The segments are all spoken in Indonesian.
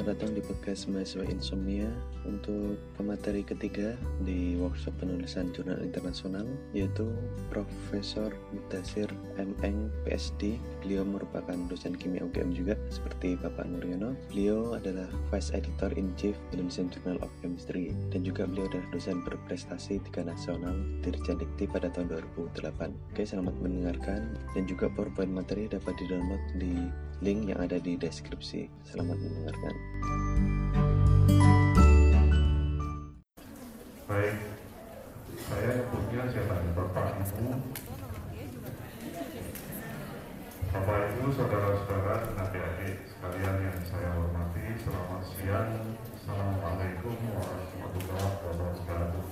Selamat datang di podcast Mahasiswa Insomnia untuk pemateri ketiga di workshop penulisan jurnal internasional, yaitu Profesor Mudtasir M.Eng PhD. Beliau merupakan dosen kimia UGM juga seperti Bapak Nuryono. Beliau adalah Vice Editor in Chief Indonesian Journal of Chemistry, dan juga beliau adalah dosen berprestasi 3 nasional Dirjen Dikti pada tahun 2008. Oke, selamat mendengarkan, dan juga PowerPoint materi dapat di-download di link yang ada di deskripsi. Selamat mendengarkan. Baik, saya punya siapa? Bapak Ibu, saudara-saudara dan adik-adik sekalian yang saya hormati. Selamat siang. Assalamualaikum warahmatullahi wabarakatuh.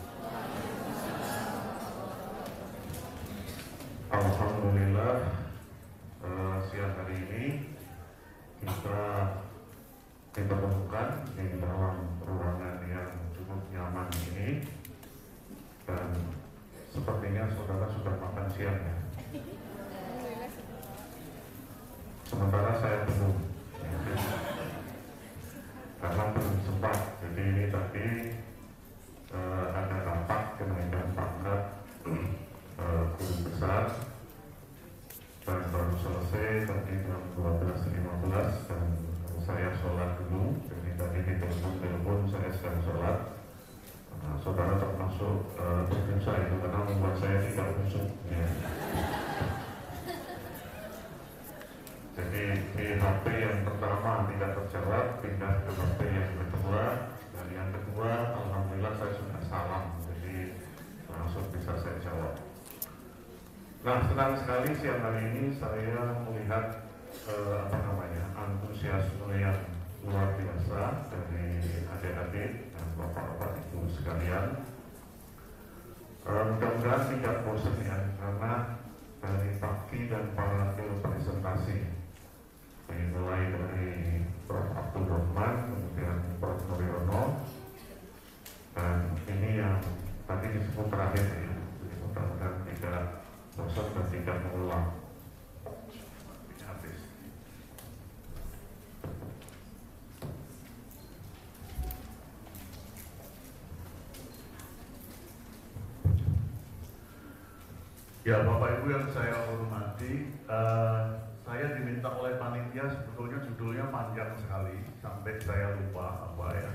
Alhamdulillah, siang hari ini kita dipertemukan di dalam ruangan yang cukup nyaman ini, dan sepertinya saudara sudah makan siang ya. Sementara saya belum, karena belum sempat. Jadi ini tadi ada rapat kenaikan pangkat guru besar, dan baru selesai tadi jam 12.15, dan saya sholat dulu. Jadi tadi di telepon saya sedang sholat. Saudara termasuk berdosa itu karena membuat saya tidak khusyuk ya. Jadi di HP yang pertama tidak terjawab, pindah ke HP yang kedua, dan yang kedua alhamdulillah saya sudah salam, jadi langsung bisa saya jawab. Nah, senang sekali siang hari ini saya melihat antusiasme yang luar biasa dari adik-adik dan bapak-bapak ibu sekalian. Mudah-mudahan tidak bosan ya, karena dari pagi dan para presentasi, mulai dari Prof. Abdul Rahman, kemudian Prof. Nuryono, dan ini yang tadi disebut terakhir ya. Jadi mudah-mudahan tidak bosan dan tidak mengulang. Ya, Bapak Ibu yang saya hormati, saya diminta oleh panitia, sebetulnya judulnya panjang sekali sampai saya lupa apa ya.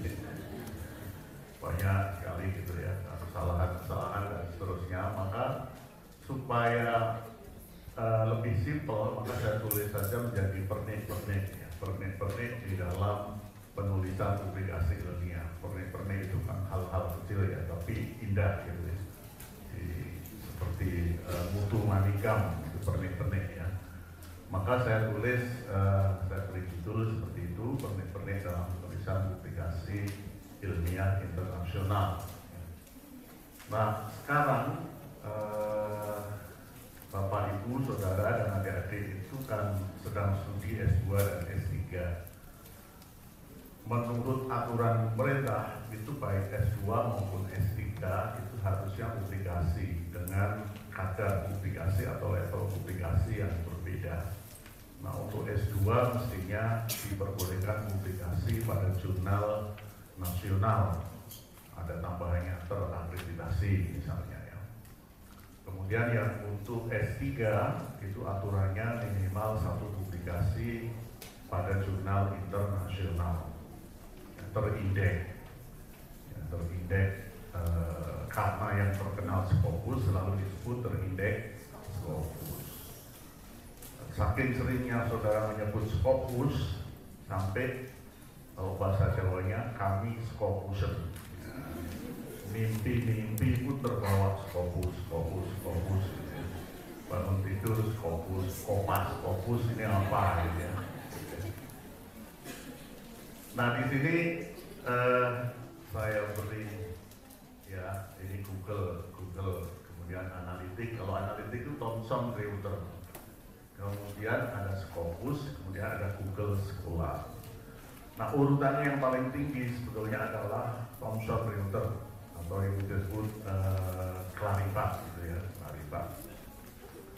Banyak sekali gitu ya, kesalahan-kesalahan dan seterusnya. Maka supaya lebih simpel, maka saya tulis saja menjadi pernik-pernik ya. Pernik-pernik di dalam penulisan publikasi ilmiah. Pernik-pernik itu kan hal-hal kecil ya, tapi indah gitu ya. Seperti mutu manikam, itu pernik-pernik ya. Maka saya tulis, saya beri judul seperti itu, pernik-pernik dalam tulisan publikasi ilmiah internasional. Nah, sekarang Bapak Ibu, Saudara dan adik-adik itu kan sedang studi S2 dan S3. Menurut aturan pemerintah itu baik S2 maupun S3 itu harusnya publikasi dengan kadar publikasi atau level publikasi yang berbeda. Nah, untuk S2 mestinya diperbolehkan publikasi pada jurnal nasional, ada tambahannya terakreditasi misalnya ya. Kemudian yang untuk S3 itu aturannya minimal 1 publikasi pada jurnal internasional terindeks, karena yang terkenal Scopus selalu disebut terindeks Scopus. Saking seringnya saudara menyebut Scopus sampai kalau bahasa Jawanya kami Scopusen. Mimpi-mimpi pun terbawa Scopus. Bangun tidur Scopus, Scopus ini apa gitu ya. Nah, di sini saya beri ya, ini Google, kemudian analitik. Kalau analitik itu Thomson Reuters, kemudian ada Scopus, kemudian ada Google Scholar. Nah, urutannya yang paling tinggi sebetulnya adalah Thomson Reuters atau yang disebut Clarivate gitu ya, Clarivate.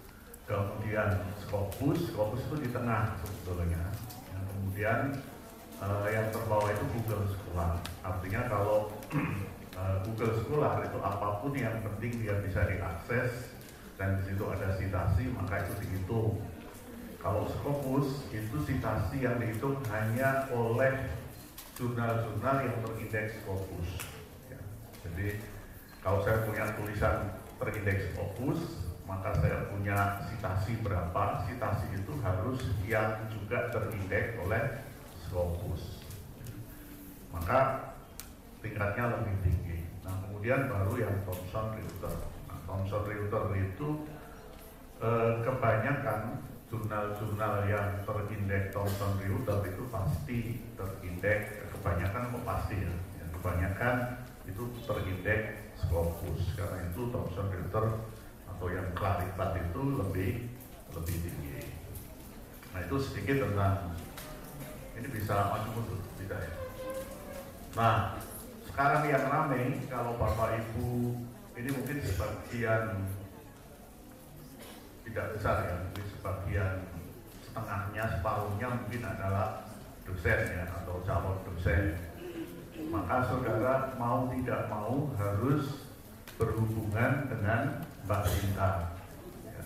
Kemudian Scopus itu di tengah sebetulnya. Kemudian yang terbawa itu Google Scholar. Artinya kalau Google Scholar itu apapun yang penting dia bisa diakses dan di situ ada citasi, maka itu dihitung. Kalau Scopus itu citasi yang dihitung hanya oleh jurnal-jurnal yang terindeks Scopus. Ya. Jadi kalau saya punya tulisan terindeks Scopus, maka saya punya citasi berapa. Citasi itu harus yang juga terindeks oleh Scopus. Maka tingkatnya lebih tinggi. Nah, kemudian baru yang Thomson-Reuters. Nah, Thomson-Reuters itu kebanyakan jurnal-jurnal yang terindeks Thomson-Reuters itu pasti terindeks, kebanyakan pasti ya, kebanyakan itu terindeks Scopus, karena itu Thomson-Reuters atau yang Clarivat itu lebih tinggi. Nah, itu sedikit tentang ini, bisa maju mundur tidak ya. Nah, sekarang yang ramai kalau Bapak Ibu ini mungkin sebagian tidak besar ya, mungkin sebagian setengahnya, separuhnya mungkin adalah dosen ya, atau calon dosen. Maka saudara mau tidak mau harus berhubungan dengan Mbak Sinta ya,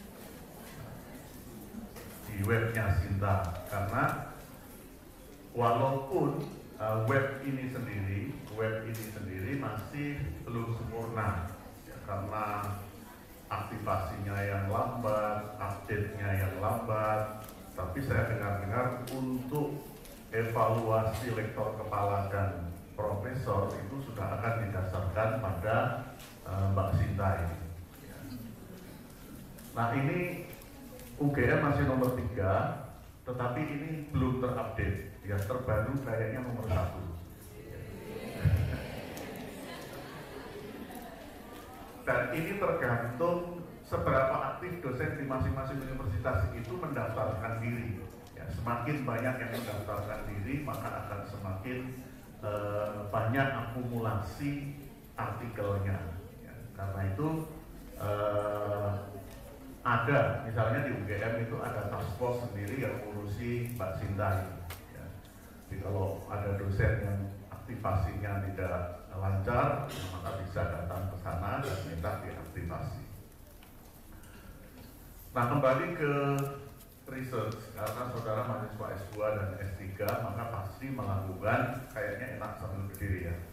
di webnya Sinta, karena walaupun web ini sendiri masih belum sempurna ya, karena aktivasinya yang lambat, update-nya yang lambat. Tapi saya dengar-dengar untuk evaluasi lektor kepala dan profesor itu sudah akan didasarkan pada Mbak Sinta ini. Nah, ini UGM masih nomor 3, tetapi ini belum terupdate. Ya, terbaru kayaknya nomor 1. Dan ini tergantung seberapa aktif dosen di masing-masing universitas itu mendaftarkan diri. Ya, semakin banyak yang mendaftarkan diri, maka akan semakin banyak akumulasi artikelnya. Ya, karena itu ada, misalnya di UGM itu ada task force sendiri yang ngurusi Mbak Sinta ini. Ya. Jadi kalau ada dosen yang aktivasinya tidak lancar, maka bisa datang ke sana dan minta diaktifasi. Nah, kembali ke research, karena saudara mahasiswa S2 dan S3, maka pasti melakukan, kayaknya enak sambil berdiri ya.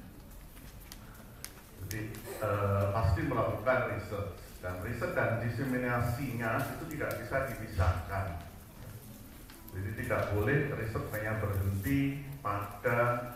Jadi pasti melakukan research, dan riset dan diseminasinya itu tidak bisa dipisahkan. Jadi tidak boleh riset hanya berhenti pada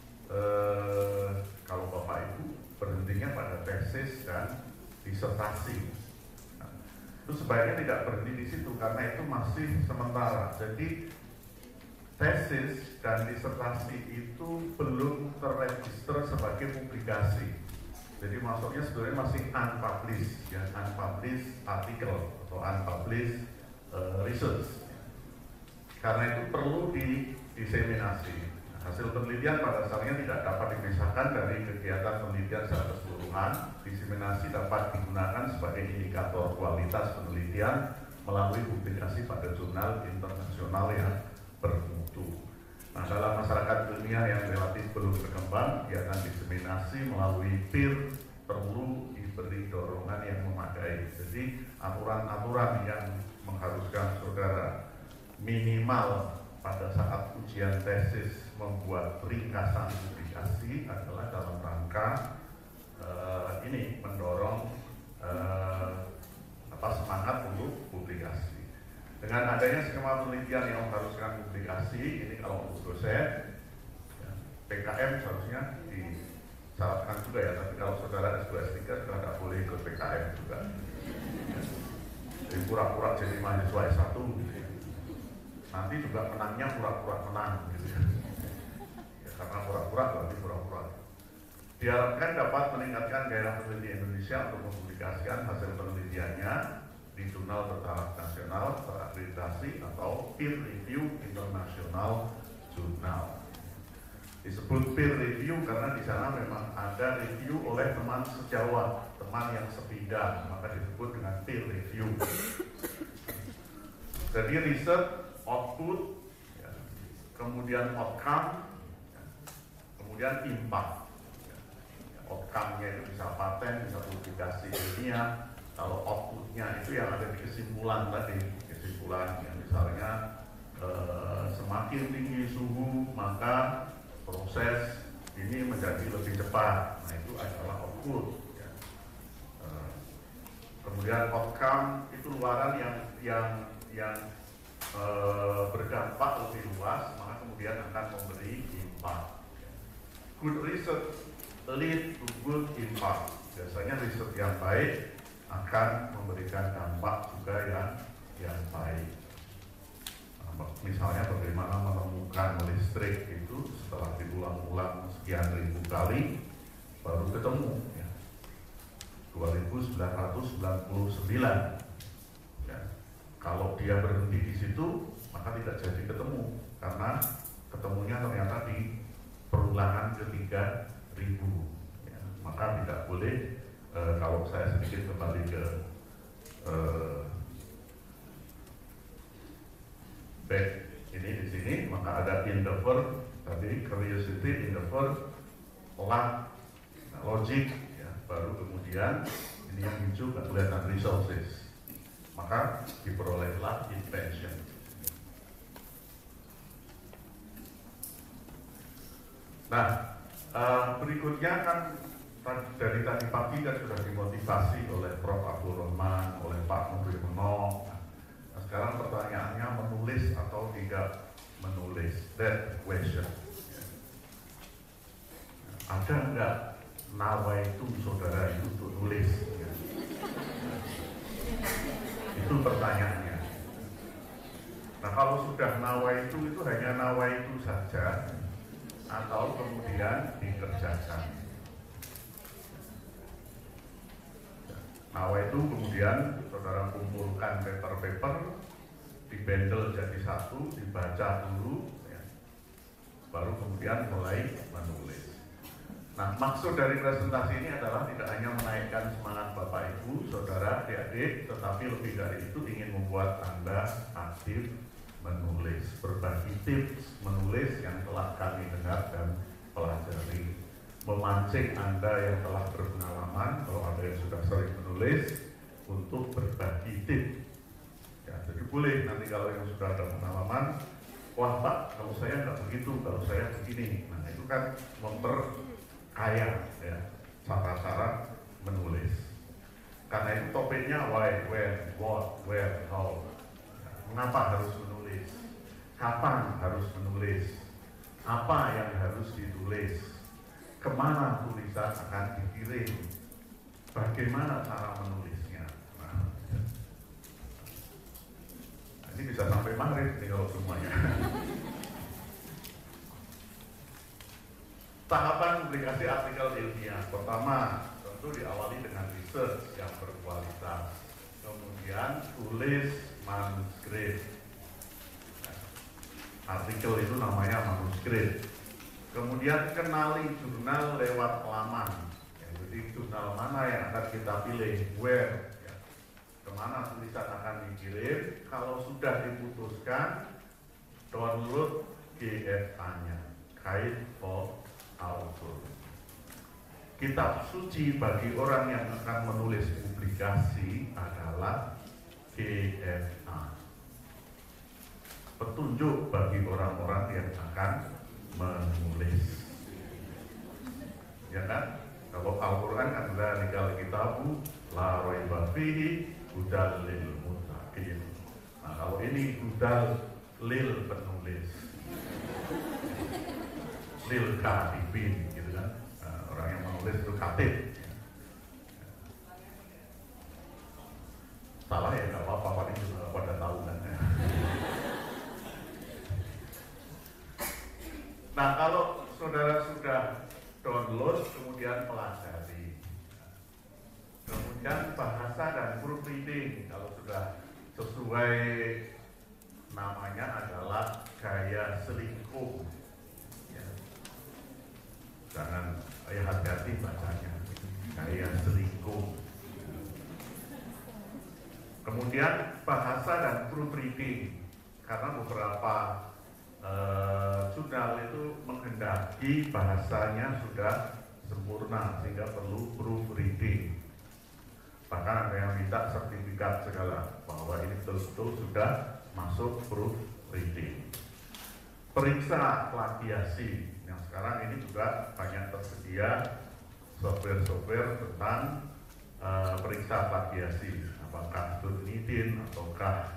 kalau Bapak Ibu berhentinya pada tesis dan disertasi. Nah, itu sebaiknya tidak berhenti di situ karena itu masih sementara. Jadi tesis dan disertasi itu belum terregister sebagai publikasi. Jadi masuknya sebenarnya masih unpublished, ya, unpublished artikel atau unpublished research. Karena itu perlu didiseminasi. Hasil penelitian pada dasarnya tidak dapat dipisahkan dari kegiatan penelitian secara keseluruhan. Diseminasi dapat digunakan sebagai indikator kualitas penelitian melalui publikasi pada jurnal internasional yang bermutu. Nah, dalam masyarakat dunia yang relatif belum berkembang, kegiatan diseminasi melalui peer perlu diberi dorongan yang memadai. Jadi aturan-aturan yang mengharuskan saudara minimal pada saat ujian tesis membuat ringkasan publikasi adalah dalam rangka ini mendorong semangat untuk publikasi. Dengan adanya skema penelitian yang mengharuskan publikasi, ini kalau untuk dosen, ya, PKM seharusnya disyaratkan juga ya, tapi kalau saudara S2 S3 sudah tidak boleh ikut PKM juga. Jadi pura-pura jadi mahasiswa S1 gitu ya. Nanti juga menangnya pura-pura menang gitu ya. Ya, karena pura-pura berarti pura-pura. Diharapkan dapat meningkatkan gairah peneliti Indonesia untuk mempublikasikan hasil penelitiannya di jurnal bertaraf nasional terakreditasi atau peer review internasional jurnal. Disebut peer review karena di sana memang ada review oleh teman sejawat, teman yang sebidang, maka disebut dengan peer review. Jadi riset output ya, kemudian outcome, kemudian impact. Outcome-nya itu bisa paten, bisa publikasi ilmiah. Kalau output-nya itu yang ada di kesimpulan tadi, kesimpulan yang misalnya semakin tinggi suhu maka proses ini menjadi lebih cepat. Nah itu adalah output. Ya. Kemudian outcome itu luaran yang berdampak lebih luas, maka kemudian akan memberi impact. Good research lead to good impact. Biasanya riset yang baik akan memberikan dampak juga yang baik. Misalnya bagaimana menemukan listrik itu setelah diulang-ulang sekian ribu kali baru ketemu ya. 2999 ya. Kalau dia berhenti di situ maka tidak jadi ketemu, karena ketemunya ternyata di perulangan ke-3000 ya. Maka tidak boleh kalau saya sedikit kembali ke back ini di sini, maka ada endeavor tadi, curiosity, endeavor, logic ya, baru kemudian ini yang hijau kelihatan resources, maka diperolehlah invention. Nah, berikutnya kan dari tadi pagi kan sudah dimotivasi oleh Prof. Abdul Rahman, oleh Pak Nurul Menong. Nah, sekarang pertanyaannya menulis atau tidak menulis, that question. Ada enggak nawaitu saudara itu untuk nulis? Ya. Itu pertanyaannya. Nah kalau sudah nawaitu itu hanya nawaitu saja atau kemudian dikerjakan. Nawaitu kemudian saudara kumpulkan paper-paper, dibendel jadi satu, dibaca dulu, ya. Baru kemudian mulai menulis. Nah, maksud dari presentasi ini adalah tidak hanya menaikkan semangat Bapak Ibu, Saudara, adik-adik, tetapi lebih dari itu ingin membuat Anda aktif menulis, berbagi tips menulis yang telah kami dengar dan pelajari, memancing Anda yang telah berpengalaman, kalau ada yang sudah sering menulis, untuk berbagi tips. Ya, jadi boleh nanti kalau yang sudah ada pengalaman, wah Pak, kalau saya nggak begitu, kalau saya begini. Nah itu kan memperkaya ya cara-cara menulis. Karena itu topiknya why, when, what, where, how. Mengapa harus menulis? Kapan harus menulis? Apa yang harus ditulis? Kemana tulisan akan dikirim? Bagaimana cara menulisnya? Nah, ini bisa sampai maghrib nih kalau semuanya. Tahapan publikasi artikel ilmiah. Pertama, tentu diawali dengan research yang berkualitas. Kemudian tulis manuskrip. Artikel itu namanya manuskrip. Kemudian kenali jurnal lewat halaman. Jadi jurnal mana yang akan kita pilih, where, ya. Kemana tulisan akan dikirim. Kalau sudah diputuskan, download GFA-nya, Guide for Author. Kitab suci bagi orang yang akan menulis publikasi adalah GFA. Petunjuk bagi orang-orang yang akan menulis. Ya kan? Kalau Al-Quran kan dzalikal kitabu la raiba fihi hudal lil muttaqin. Nah, kalau ini hudal lil penulis, lil katibin gitu kan. Nah, orang yang menulis itu katib. Salah ya nggak apa-apa, Pak, ini juga pada tahu kan. Nah, kalau saudara sudah download, kemudian pelajari. Kemudian bahasa dan proofreading, kalau sudah sesuai namanya adalah gaya selingkuh. Ya. Jangan, ya hati-hati bacanya, gaya selingkuh. Kemudian bahasa dan proofreading, karena beberapa jurnal itu menghendaki bahasanya sudah sempurna sehingga perlu proofreading. Bahkan ada yang minta sertifikat segala bahwa ini betul-betul sudah masuk proofreading. Periksa plagiasi yang sekarang ini juga banyak tersedia software-software tentang periksa plagiasi, apakah Turnitin ataukah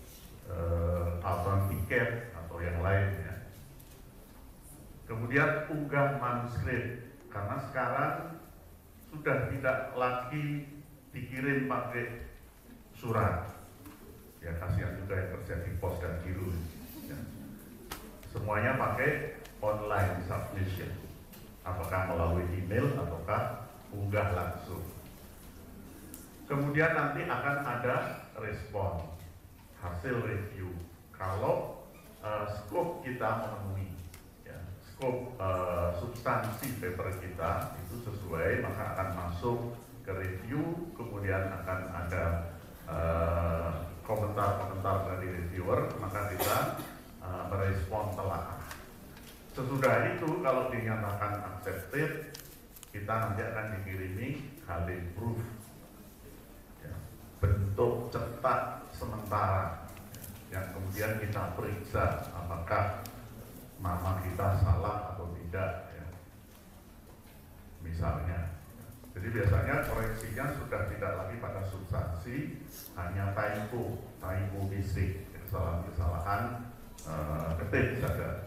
Alton Ticket atau yang lainnya. Kemudian unggah manuskrip, karena sekarang sudah tidak lagi dikirim pakai surat. Ya kasihan juga yang kerja di pos dan kiru. Ya. Semuanya pakai online submission. Apakah melalui email ataukah unggah langsung. Kemudian nanti akan ada respon, hasil review. Kalau scope kita memenuhi, ya, scope substansi paper kita itu sesuai, maka akan masuk ke review. Kemudian akan ada komentar-komentar dari reviewer, maka kita merespon telaah. Sesudah itu kalau dinyatakan accepted, kita nanti akan dikirimi Halin proof, ya, bentuk cetak sementara, ya, yang kemudian kita periksa apakah nama kita salah atau tidak, ya. Misalnya. Jadi biasanya koreksinya sudah tidak lagi pada substansi, hanya typo fisik, kesalahan ketik saja.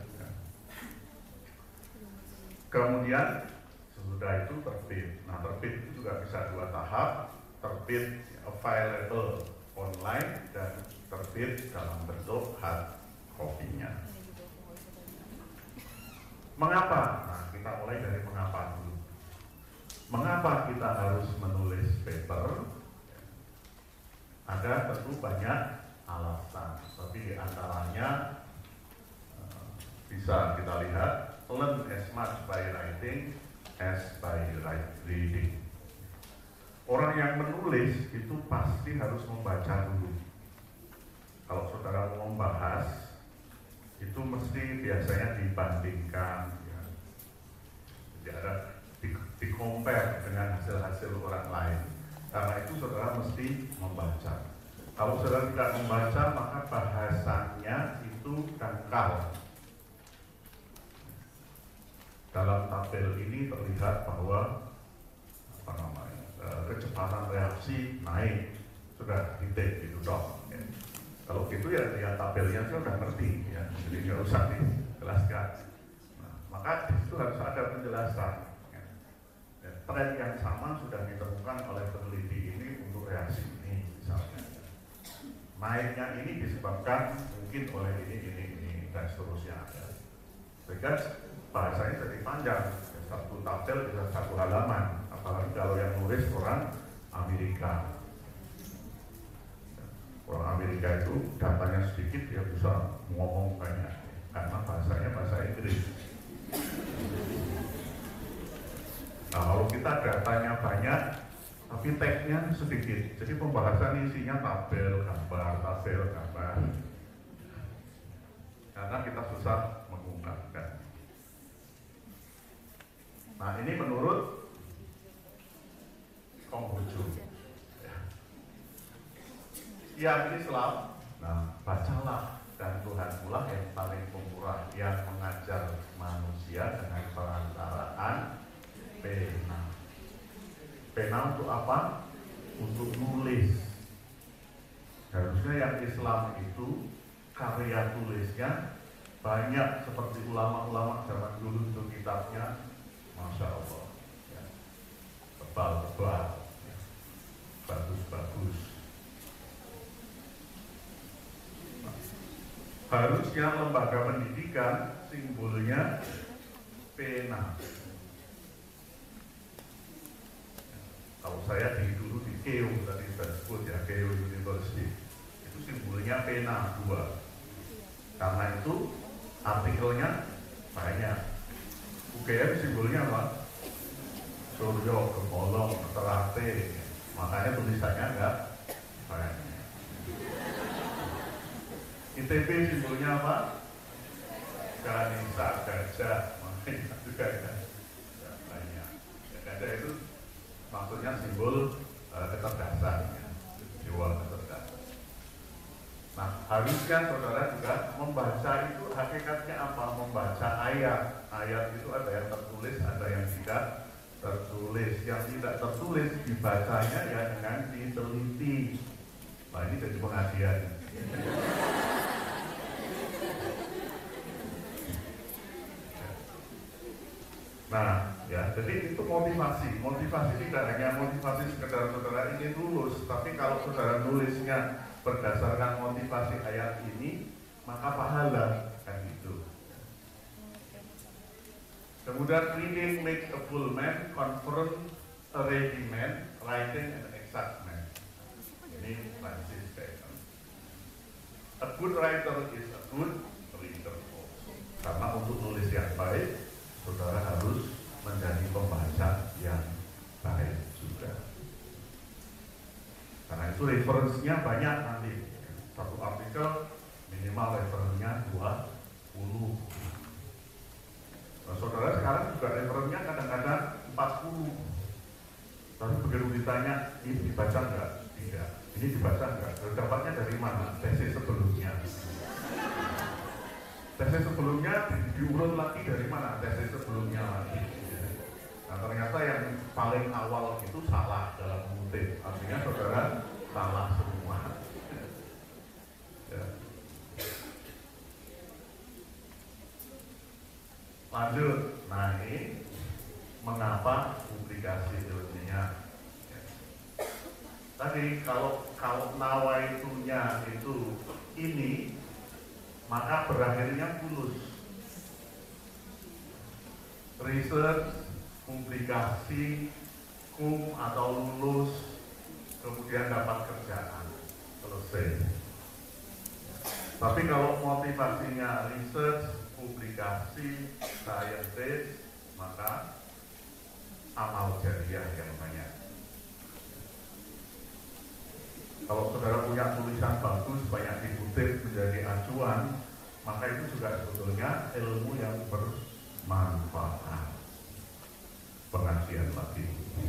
Kemudian sesudah itu terbit. Nah, terbit itu juga bisa dua tahap, terbit available online dan terbit dalam bentuk hard copy-nya. Mengapa? Nah, kita mulai dari mengapa dulu. Mengapa kita harus menulis paper? Ada tentu banyak alasan, tapi di antaranya bisa kita lihat, learn as much by writing as by reading. Orang yang menulis itu pasti harus membaca dulu. Kalau saudara mau membahas, itu mesti biasanya dibandingkan, ya. Jadi ada di-compare dengan hasil-hasil orang lain. Karena itu saudara mesti membaca. Kalau saudara tidak membaca, maka bahasannya itu dangkal. Dalam tabel ini terlihat bahwa kecepatan reaksi naik, sudah titik gitu dong. Ya. Kalau gitu ya lihat tabelnya saya udah ngerti, ya. Jadi nggak usah dijelaskan. Nah, maka di situ harus ada penjelasan. Ya. Ya, tren yang sama sudah ditemukan oleh peneliti ini untuk reaksi ini, misalnya. Naiknya ini disebabkan mungkin oleh ini dan seterusnya. Ya. Sehingga bahasanya jadi panjang, satu tabel bisa satu halaman, apalagi kalau yang nulis orang Amerika. Orang Amerika itu datanya sedikit, dia bisa ngomong banyak, karena bahasanya bahasa Inggris. Nah, kalau kita datanya banyak, tapi teksnya sedikit, jadi pembahasan isinya tabel, gambar, karena kita susah mengungkapkan. Nah, ini menurut Konghucu, ya. Yang Islam, nah, bacalah dan Tuhan pula yang paling pemurah, yang mengajar manusia dengan perantaraan pena. Pena untuk apa? Untuk nulis. Harusnya yang Islam itu karya tulisnya banyak, seperti ulama-ulama zaman dulu itu kitabnya Masya Allah, ya. Tebal-tebal, ya. Bagus-bagus. Nah, harusnya lembaga pendidikan simbolnya pena. Ya. Kalau saya dulu di Keio, tadi saya sebut ya, Keio University, itu simbolnya pena 2. Karena itu artikelnya banyak. UGM simbolnya apa? Suryo, Gemolong, Terate. Makanya tulisannya enggak banyak. ITB simbolnya apa? Ganesha, gajah, makanya juga ya, banyak. Ya, gajah itu maksudnya simbol kecerdasan, ya, jiwa kecerdasan. Nah, harusnya saudara juga membaca itu hakikatnya apa? Membaca ayat. Ayat itu ada yang tertulis, ada yang tidak tertulis. Yang tidak tertulis dibacanya ya dengan diteliti. Nah, ini jadi pengajian. Nah, ya, jadi itu motivasi. Motivasi tidak hanya motivasi sekedar saudara ingin lulus, tapi kalau saudara nulisnya berdasarkan motivasi ayat ini, maka pahala, kan gitu. Kemudian reading makes a full man, confirm a ready man, writing an exact man. Ini Francis Bacon. A good writer is a good reader also. Karena untuk nulis yang baik, saudara harus menjadi pembaca yang baik juga. Karena itu referensinya banyak nanti. Satu artikel minimal referensinya 20. Nah, saudara sekarang juga referensinya kadang-kadang 40. Tapi begitu ditanya, ini dibaca enggak? Tidak. Ini dibaca enggak? Dapatnya dari mana? Tesis sebelumnya. Tesis sebelumnya diurut lagi dari mana? Tesis sebelumnya lagi. Nah, ternyata yang paling awal itu salah dalam kutip. Artinya saudara salah semua. Ya. Lanjut. Nah, ini mengapa publikasi ilmiah? Tadi kalau nawaitunya itu ini, maka berakhirnya fulus. Research, publikasi, atau lulus, kemudian dapat kerjaan, selesai. Tapi kalau motivasinya research, publikasi, scientist, maka amal jariah yang banyak. Kalau saudara punya tulisan bagus, banyak dikutip menjadi acuan, maka itu juga sebetulnya ilmu yang bermanfaat. Pengajian lagi,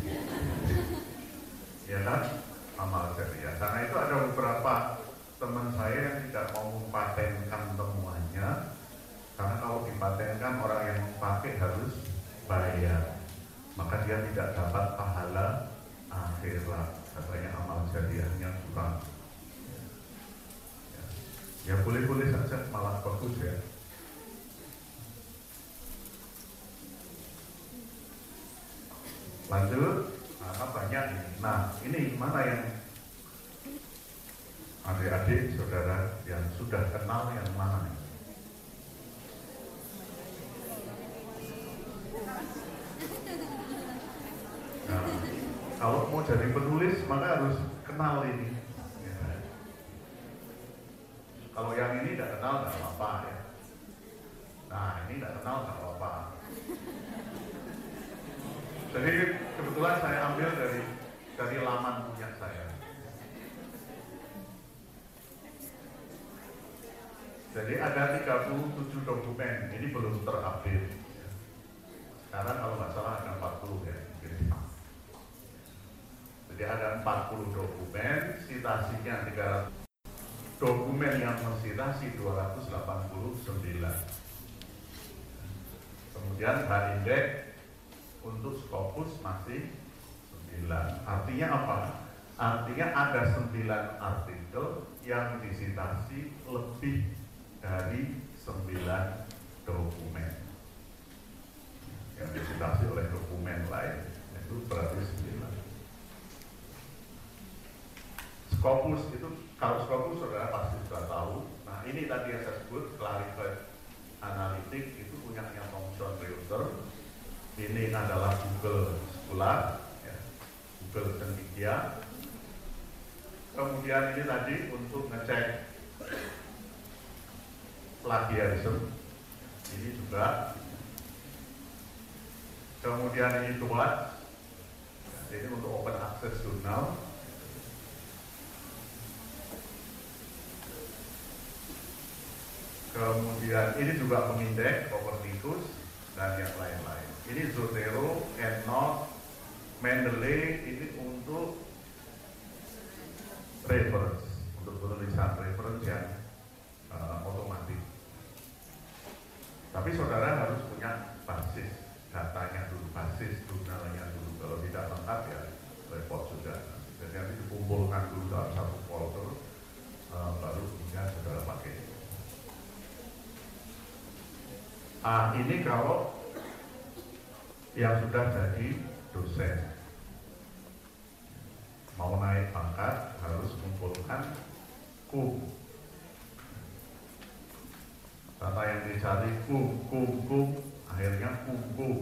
ya kan? Amal jariah. Karena itu ada beberapa teman saya yang tidak mau mempatenkan temuannya, karena kalau dipatenkan orang yang memakai harus bayar, maka dia tidak dapat pahala akhirat. Katanya amal jariahnya kurang. Ya boleh-boleh saja, malah bagus ya. Lanjut, nah, banyak ini. Nah, ini mana yang adik-adik, saudara yang sudah kenal yang mana ini? Nah, kalau mau jadi penulis maka harus kenal ini. Ya. Kalau yang ini tidak kenal nggak apa-apa ya. Nah, ini tidak kenal nggak apa-apa. Jadi kebetulan saya ambil dari laman punya saya. Jadi ada 37 dokumen, ini belum terupdate. Sekarang kalau nggak salah ada 40 ya. Jadi ada 40 dokumen, citasinya 300. Dokumen yang mensitasi 289. Kemudian H-index untuk Scopus masih 9. Artinya apa? Artinya ada 9 artikel yang disitasi lebih dari 9 dokumen. Yang disitasi oleh dokumen lain, itu berarti 9. Scopus itu, kalau Scopus saudara pasti sudah tahu. Nah, ini tadi yang saya sebut Clarified Analytics, itu punyanya Thomson Reuters. Ini adalah Google Scholar, ya, Google Cendekia. Kemudian ini tadi untuk ngecek plagiarism, ini juga. Kemudian ini buat, ini untuk open access jurnal. Kemudian ini juga mengindeks Copernicus dan yang lain-lain. Ini Zotero, EndNote, Mendeley ini untuk reference, untuk penulisan reference yang otomatis. Tapi saudara harus punya basis datanya dulu, basis jurnalnya dulu. Kalau tidak lengkap ya repot sudah. Jadi nanti dikumpulkan dulu dalam satu folder, baru kemudian saudara pakai. Ini kalau yang sudah jadi dosen, mau naik pangkat harus mengumpulkan kum. Kata yang dicari kum, akhirnya kum.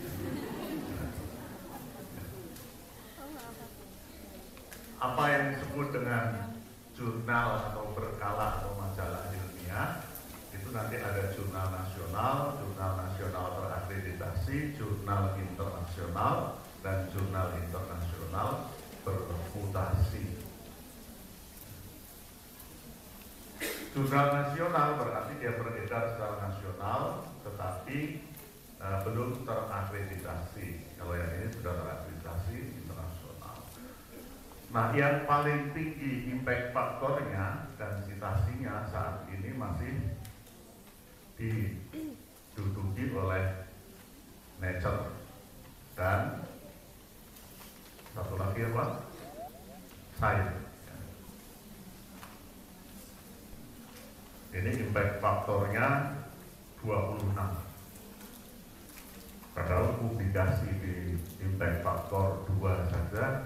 Apa yang disebut dengan jurnal atau berkala atau majalah ilmiah, itu nanti ada jurnal nasional terakreditasi, jurnal internasional, dan jurnal internasional bermutasi. Jurnal nasional berarti dia beredar secara nasional, tetapi belum terakreditasi. Kalau yang ini sudah terakreditasi internasional. Nah, yang paling tinggi impact faktornya dan citasinya saat ini masih diduduki oleh Nature dan satu lagi apa? Science. Ini impact faktornya 26. Padahal publikasi di impact faktor 2 saja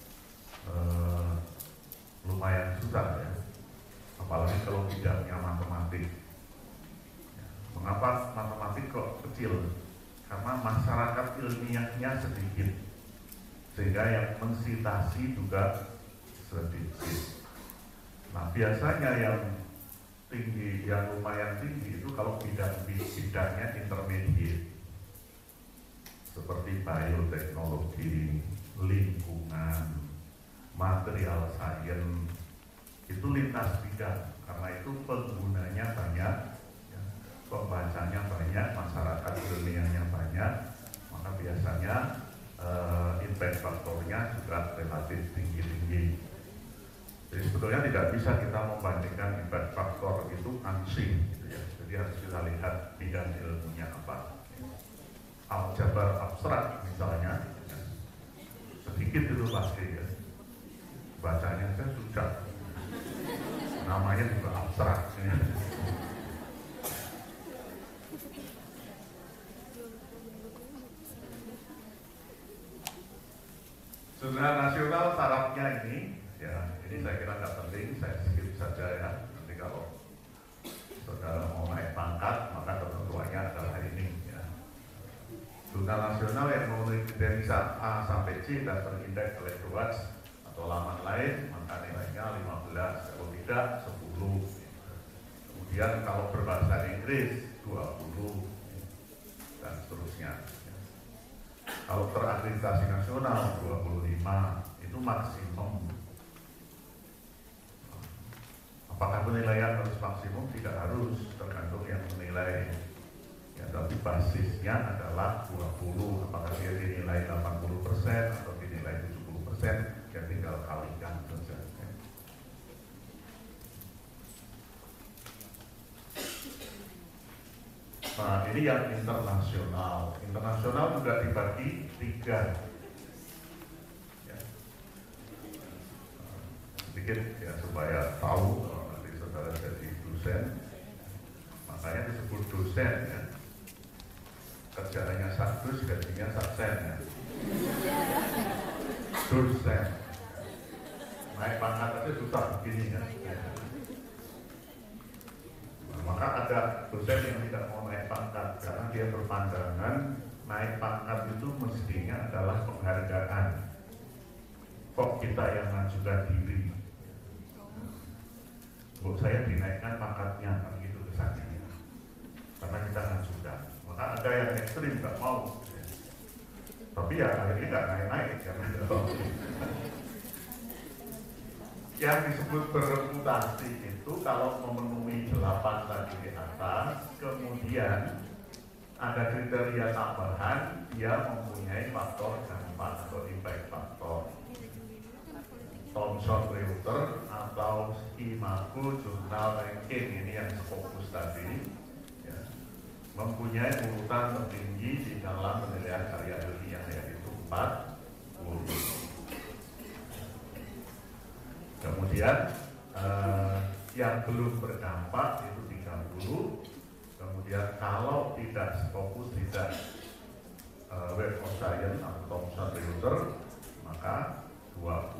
lumayan susah ya, apalagi kalau bidangnya matematik. Mengapa matematik kok kecil? Karena masyarakat ilmiahnya sedikit, sehingga yang mensitasi juga sedikit. Nah, biasanya yang tinggi, yang lumayan tinggi itu kalau bidangnya intermediate, seperti bioteknologi, lingkungan, material science, itu lintas bidang, karena itu penggunanya banyak, ya, pembacanya banyak, masyarakat ilmiahnya banyak, maka biasanya impact faktornya juga relatif tinggi-tinggi. Jadi sebetulnya tidak bisa kita membandingkan impact faktor itu ansing, gitu ya. Jadi harus kita lihat bidang ilmunya apa. Aljabar abstrak misalnya, ya, sedikit itu pasti ya. Bacanya saya sudah, namanya juga abstrak. Ya. Jurnal nasional syaratnya ini, ya ini saya kira tidak penting, saya skip saja ya. Nanti kalau saudara mau naik pangkat, maka ketentuannya adalah ini. Ya. Jurnal nasional yang memenuhi kriteria A sampai C dan terindeks oleh DOAJ atau laman lain, maka nilainya 15, kalau tidak 10. Kemudian kalau berbahasa Inggris 20 dan seterusnya. Kalau terakreditasi nasional 25, itu maksimum. Apakah penilaian harus maksimum? Tidak harus, tergantung yang menilai. Ya, tapi basisnya adalah 20. Apakah dia dinilai 80% atau dinilai 70%, ya tinggal kalikan saja. Nah, ini yang internasional. Internasional juga dibagi 3. Ya. Sedikit ya supaya tahu kalau nanti saudara jadi dosen. Makanya disebut dosen ya. Kerjaannya sadus, gajinya saksen ya. Dosen. Naik pangkat aja susah begini ya. Maka ada dosen yang tidak mau naik pangkat karena dia berpandangan naik pangkat itu mestinya adalah penghargaan. Kok kita yang mengajukan diri? Kok saya dinaikkan pangkatnya, kan gitu kesannya. Karena kita mengajukan. Maka ada yang ekstrim nggak mau. Tapi ya akhirnya nggak naik-naik karena yang disebut bereputasi itu itu kalau memenuhi 8 tadi di atas, kemudian ada kriteria tambahan, dia mempunyai faktor dampak atau impact factor. Thomson Reuters atau Imago Jurnal Ranking ini yang fokus tadi, ya, mempunyai urutan tertinggi di dalam penilaian karya ilmiah, yaitu 40. Kemudian yang belum berdampak itu 30. Kemudian kalau tidak fokus, tidak Web of Science atau Thomson Reuters, maka 20.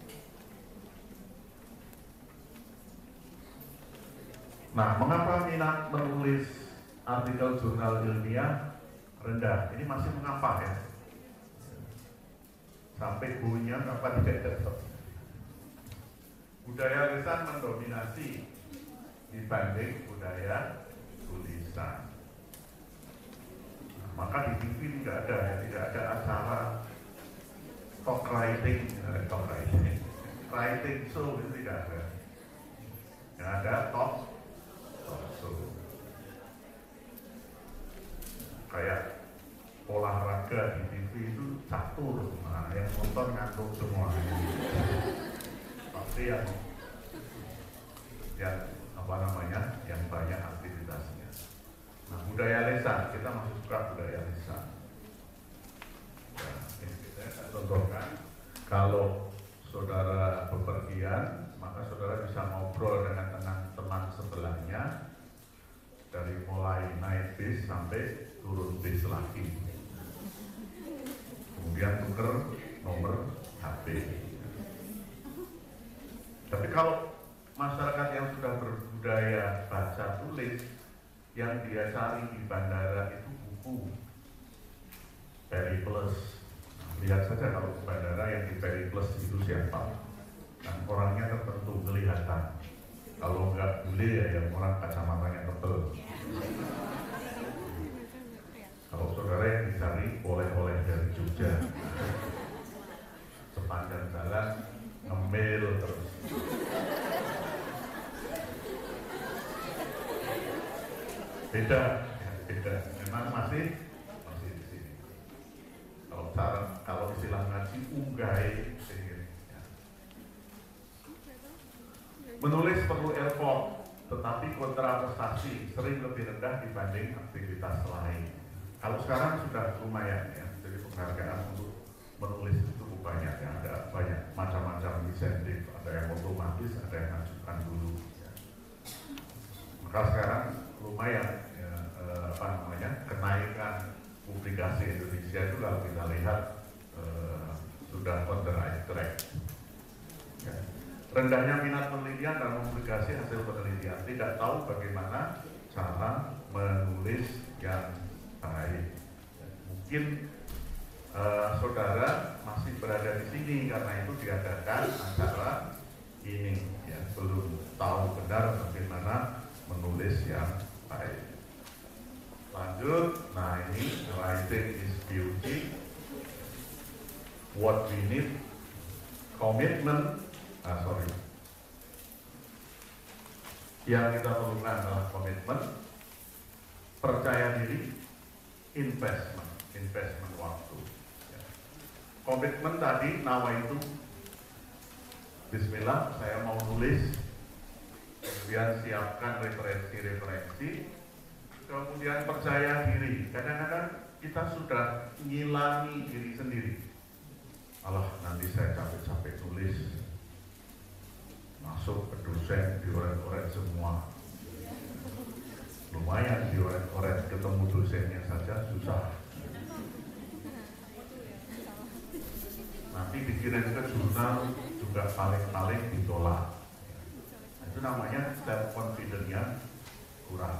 Nah, mengapa minat menulis artikel jurnal ilmiah rendah? Ini masih mengapa ya? Sampai bunyinya apa tidak dapat? Budaya lisan mendominasi dibanding budaya tulisan. Nah, maka di TV tidak ada acara talk writing show, itu tidak ada. Yang ada talk show. Kayak olahraga di TV itu catur, nah yang nonton ngantuk semua. Pasti yang yang banyak aktivitasnya. Nah, budaya lisan, kita masih suka budaya lisan. Ya, ini saya contohkan, kalau saudara bepergian, maka saudara bisa ngobrol dengan teman sebelahnya dari mulai naik bis sampai turun bis lagi. Kemudian tuker nomor HP. Tapi kalau masyarakat yang sudah berbudaya baca tulis, yang dia cari di bandara itu buku Periplus. Lihat saja kalau di bandara yang di Periplus itu siapa, dan orangnya tertentu kelihatan. Kalau enggak bule ya yang orang kacamatanya tebel. Kalau saudara yang dicari oleh-oleh dari Jogja, sepanjang jalan ngemil terus. Beda. Memang masih di sini. Kalau istilah ngaji unggai. Ya. Menulis perlu effort, tetapi kontraprestasi sering lebih rendah dibanding aktivitas lain. Kalau sekarang sudah lumayan ya, jadi penghargaan untuk menulis itu banyak ya, ada banyak macam-macam insentif, ada yang otomatis, ada yang ngajukan dulu. Ya. Maka sekarang lumayan ya, kenaikan publikasi Indonesia itu kalau kita lihat sudah on the right track. Ya. Rendahnya minat penelitian dan publikasi hasil penelitian, tidak tahu bagaimana cara menulis yang baik. Mungkin saudara masih berada di sini karena itu diadakan acara ini, ya, belum tahu benar bagaimana menulis yang baik. Lanjut, nah ini writing is beauty. What we need, commitment. Yang kita perlukan adalah komitmen, percaya diri, investment waktu. Ya. Komitmen tadi, nawa itu, Bismillah, saya mau nulis, kemudian siapkan referensi, kemudian percaya diri. Kadang-kadang kita sudah ngilangi diri sendiri. Alah, nanti saya capek-capek tulis, masuk ke dosen, dioret-oret semua. Lumayan dioret-oret, ketemu dosennya saja susah. Nanti dikirim ke jurnal juga paling-paling ditolak. Itu namanya self confidence-nya kurang.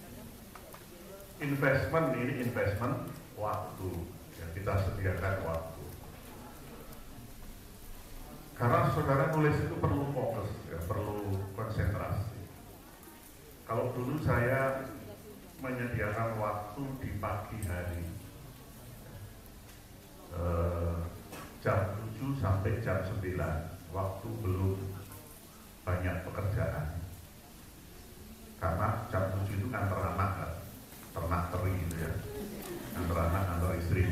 Investment waktu, ya, kita sediakan waktu. Karena saudara nulis itu perlu fokus, ya, perlu konsentrasi. Kalau dulu saya menyediakan waktu di pagi hari, jam 7 sampai jam 9, waktu belum banyak pekerjaan. karena jam 7 itu kantor anak kan, ternak teri gitu ya, kantor anak, kantor istri.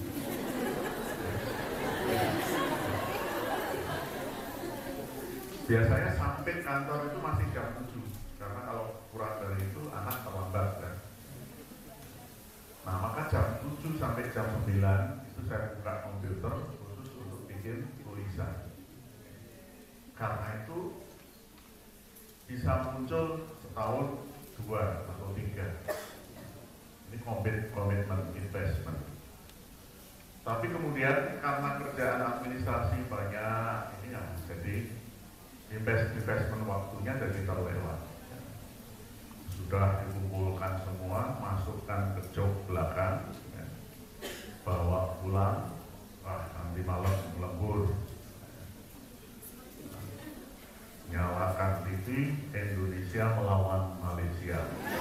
Biasanya sampai kantor itu masih jam 7, karena kalau kurang dari itu anak terlambat kan. Nah maka jam 7 sampai jam 9 itu saya buka komputer khusus untuk bikin tulisan. Karena itu bisa muncul setahun 2 atau 3. Ini komitmen investment. Tapi kemudian karena kerjaan administrasi banyak, ini ya, jadi investment waktunya jadi terlewat. Sudah dikumpulkan semua, masukkan ke jok belakang, ya, bawa pulang, nanti malam lembur. Nyalakan TV, Indonesia melawan Malaysia.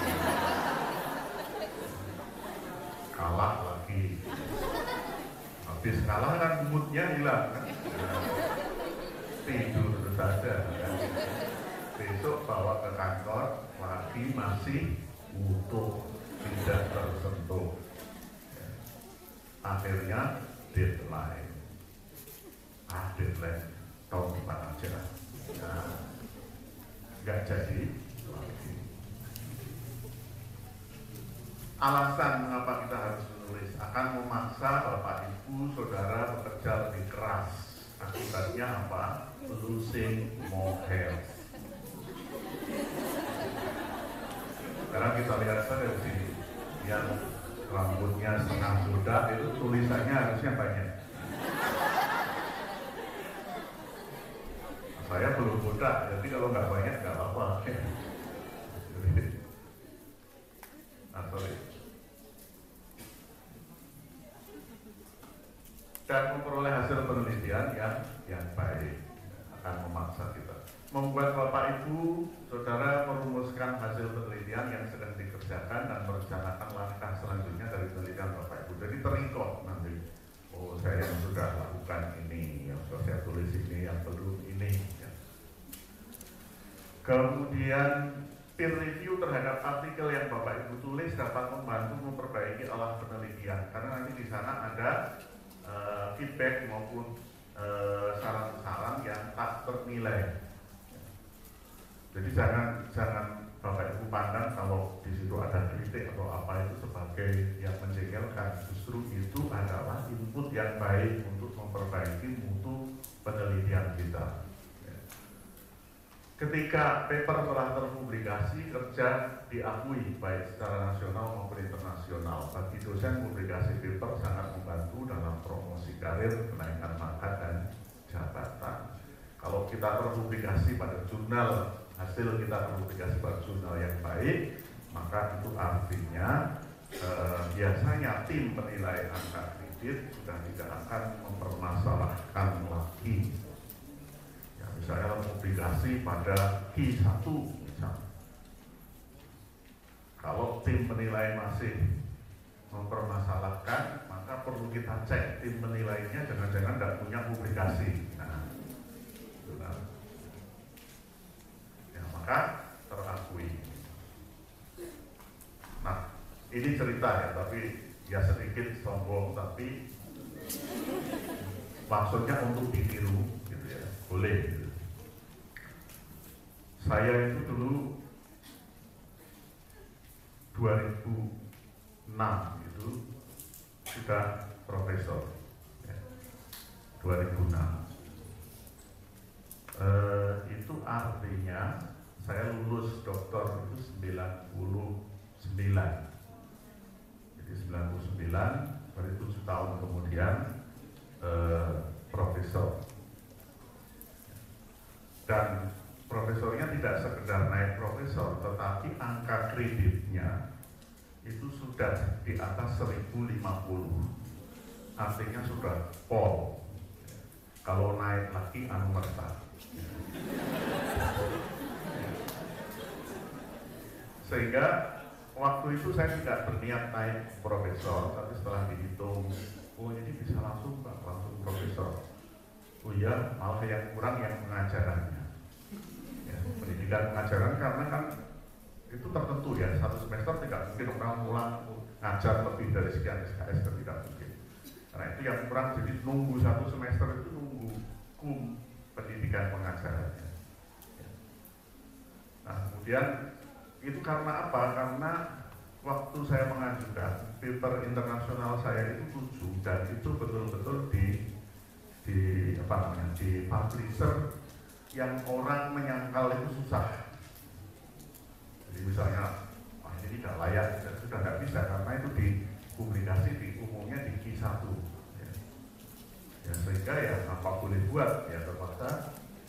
Kalah lagi. Habis kalah kan moodnya hilang kan. Tidur saja kan. Besok bawa ke kantor lagi masih utuh, tidak tersentuh. Akhirnya deadline. Deadline tahun depan aja. Nah, nggak jadi lagi. Alasan mengapa kita harus menulis akan memaksa Bapak Ibu Saudara bekerja lebih keras. Akibatnya apa? Losing more health. Sekarang kita lihat saja di sini, yang rambutnya setengah bodak itu tulisannya harusnya banyak. Saya belum bodak, jadi kalau nggak banyak nggak apa-apa. Sorry. Dan memperoleh hasil penelitian yang baik akan memaksa kita. Membuat Bapak Ibu Saudara merumuskan hasil penelitian yang sedang dikerjakan dan merencanakan langkah selanjutnya dari penelitian Bapak Ibu. Jadi terikot nanti. Oh, saya yang sudah lakukan ini, yang sudah saya tulis ini, yang belum ini. Ya. Kemudian peer review terhadap artikel yang Bapak Ibu tulis dapat membantu memperbaiki olah penelitian, karena nanti di sana ada feedback maupun saran-saran yang tak ternilai. Jadi jangan Bapak Ibu pandang kalau di situ ada kritik atau apa itu sebagai yang menjengkelkan. Justru itu adalah input yang baik untuk memperbaiki mutu penelitian kita. Ketika paper telah terpublikasi, kerja diakui baik secara nasional maupun internasional. Bagi dosen, publikasi paper sangat membantu dalam promosi karir, kenaikan pangkat dan jabatan. Kalau kita terpublikasi pada jurnal, hasil kita terpublikasi pada jurnal yang baik, maka itu artinya biasanya tim penilai angka kredit sudah tidak akan mempermasalahkan lagi. Ya, misalnya publikasi pada Q1 misalnya. Kalau tim penilai masih mempermasalahkan, maka perlu kita cek tim penilainya jangan-jangan tidak punya publikasi. Nah, ya, maka terakui. Nah, ini cerita ya, tapi ya sedikit sombong, tapi maksudnya untuk ditiru, gitu ya, boleh. Gitu. Saya itu dulu 2006 itu sudah profesor, ya. 2006. Itu artinya saya lulus doktor itu 99. Jadi 99, baru 7 tahun kemudian profesor. Dan profesornya tidak sekedar naik profesor, tetapi angka kreditnya itu sudah di atas 1050. Artinya sudah pol. Kalau naik lagi merta. Sehingga waktu itu saya tidak berniat naik profesor, tapi setelah dihitung, oh ini bisa langsung Pak, langsung profesor. Oh iya, malah yang kurang yang pengajarannya. Ya, pendidikan pengajaran karena kan itu tertentu ya, satu semester tidak mungkin orang pulang ngajar lebih dari sekian SKS, tidak mungkin. Karena itu yang kurang, jadi nunggu satu semester itu nunggu pendidikan pengajarannya. Nah kemudian itu karena apa? Karena waktu saya mengajukan paper internasional saya itu 7 dan itu betul-betul di publisher yang orang menyangkal itu susah. Jadi misalnya ini tidak layak, sudah nggak bisa karena itu dipublikasi umumnya di Q1 ya. Ya sehingga ya apa boleh buat ya terpaksa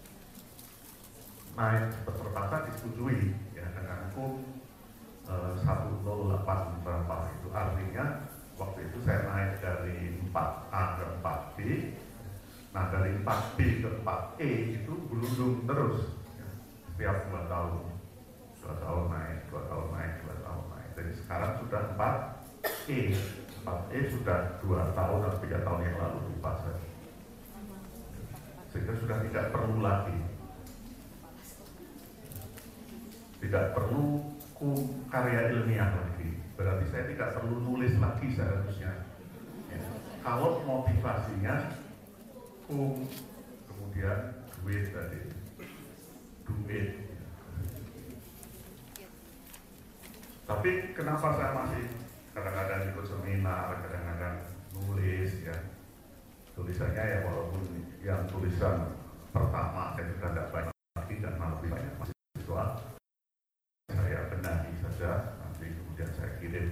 naik terpaksa disetujui ya dengan hukum 108 berapa itu, artinya waktu itu saya naik dari 4A ke 4B. Nah dari 4B ke 4E itu berundung terus ya, setiap 2 tahun 2 tahun naik, 2 tahun naik, 2 tahun naik. Jadi sekarang sudah 4E 4E sudah 2 tahun atau 3 tahun yang lalu lupa saya. Sehingga sudah tidak perlu lagi, tidak perlu karya ilmiah lagi, berarti saya tidak perlu nulis lagi seharusnya ya. Kalau motivasinya kemudian duit tadi, duit. Tapi kenapa saya masih kadang-kadang ikut seminar, kadang-kadang nulis ya, tulisannya ya walaupun yang tulisan pertama saya sudah tidak banyak lagi karena lebih banyak mahasiswa, saya benahi saja, nanti kemudian saya kirim.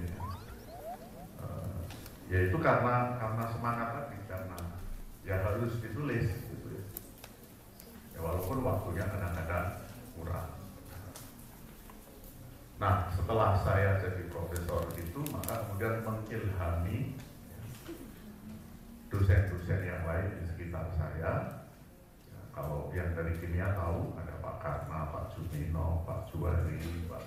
Yaitu karena semangat tadi, karena ya harus ditulis gitu ya. Ya walaupun waktunya kadang-kadang kurang. Nah setelah saya jadi profesor itu, maka kemudian mengilhami dosen-dosen yang lain di sekitar saya. Ya, kalau yang dari kimia tahu ada Pak Karna, Pak Jumino, Pak Juwari,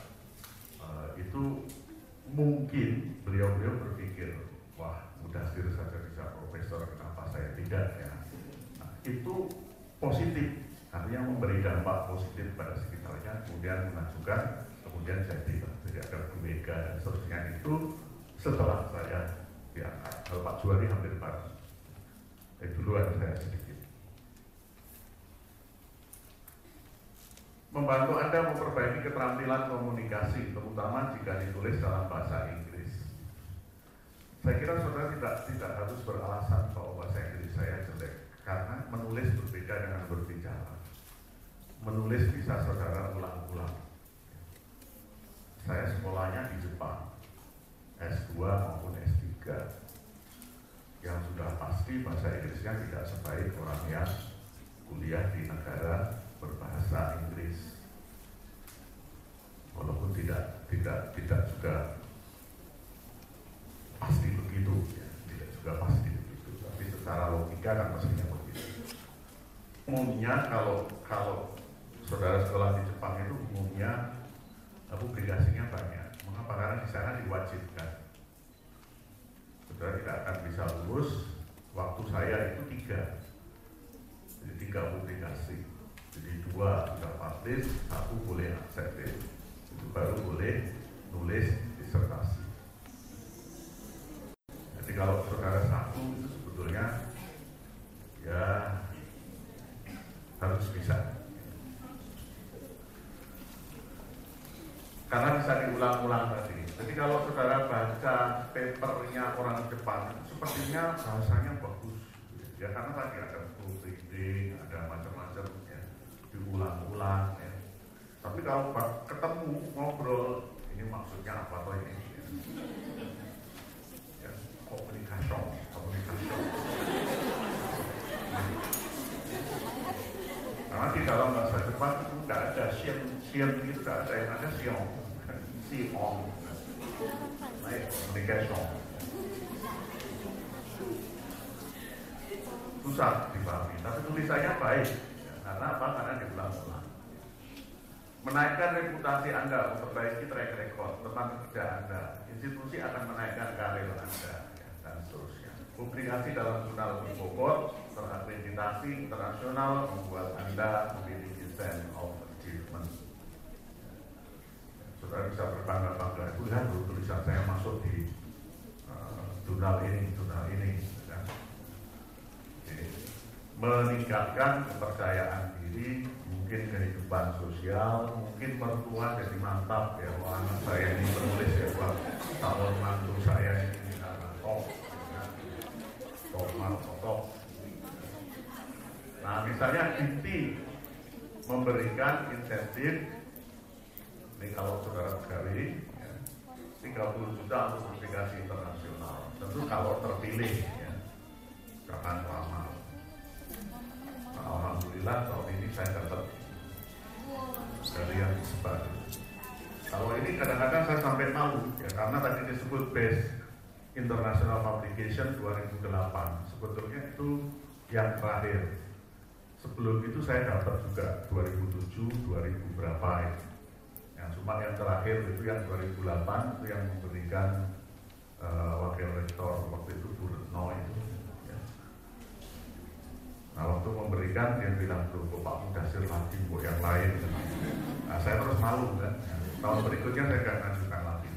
itu mungkin beliau-beliau berpikir, wah Mudasir saja bisa profesor, kenapa saya tidak ya. Nah, itu positif, artinya memberi dampak positif pada sekitarnya, kemudian mengajukan, kemudian jadi ada BMK dan seterusnya. Itu setelah saya diangkat. Kalau Pak Juwari hampir bareng, duluan saya sedikit. Membantu Anda memperbaiki keterampilan komunikasi, terutama jika ditulis dalam bahasa Inggris. Saya kira saudara tidak harus beralasan bahwa bahasa Inggris saya jelek, karena menulis berbeda dengan berbicara. Menulis bisa saudara ulang-ulang. Saya sekolahnya di Jepang, S2 maupun S3. Yang sudah pasti bahasa Inggrisnya tidak sebaik orang yang kuliah di negara berbahasa Inggris, walaupun tidak juga pasti begitu ya, tidak juga pasti begitu, tapi secara logika kan mestinya begitu. Umumnya kalau saudara sekolah di Jepang itu umumnya publikasinya banyak. Mengapa? Karena di sana diwajibkan. Saudara tidak akan bisa lulus. Waktu saya itu 3, jadi 3 publikasi. Jadi 2 sudah publish, 1 boleh accepted, itu baru boleh nulis disertasi. Jadi kalau saudara 1 itu sebetulnya ya harus bisa, karena bisa diulang-ulang tadi. Jadi kalau saudara baca papernya orang Jepang, sepertinya bahasanya bagus ya, karena tadi ada proofreading, ada macam-macam ya, diulang-ulang ya. Tapi kalau ketemu ngobrol, ini maksudnya apa toh ini ya, komunikasi. Karena di dalam bahasa Jepang itu tidak ada sian itu tidak ada, yang ada siong, nah ya, komunikasi susah dipahami, tapi tulisannya baik ya, karena apa? Karena diulang-ulang. Menaikkan reputasi Anda, memperbaiki track record teman kerja Anda, institusi akan menaikkan karir Anda ya, dan seterusnya. Publikasi dalam jurnal berbobot, terakreditasi internasional, membuat Anda memiliki sense of achievement. saudara bisa berbangga-bangga, itu lihat tulisan saya masuk di jurnal ini, kan? Jadi, meningkatkan kepercayaan diri, mungkin kehidupan sosial, mungkin mertua jadi mantap ya, anak saya ini penulis ya, calon mantu saya ini top, top. Nah, misalnya inti memberikan insentif, ini kalau saudara pegawai, ya, 30 juta untuk publikasi internasional. Tentu kalau terpilih, ya, jangan lama. Nah, alhamdulillah tahun ini saya dapat dari yang disebar. Kalau ini kadang-kadang saya sampai malu, ya, karena tadi disebut Best International Publication 2008. Sebetulnya itu yang terakhir. Sebelum itu saya dapat juga 2007, 2000 berapa itu. Yang cuma yang terakhir itu yang 2008 itu yang memberikan wakil rektor waktu itu Bu Retno itu. Ya. Nah, waktu memberikan dia bilang tuh Pak Mudasir lagi bu yang lain. Nah, saya terus malu kan. Tahun berikutnya saya akan ngajukan lagi.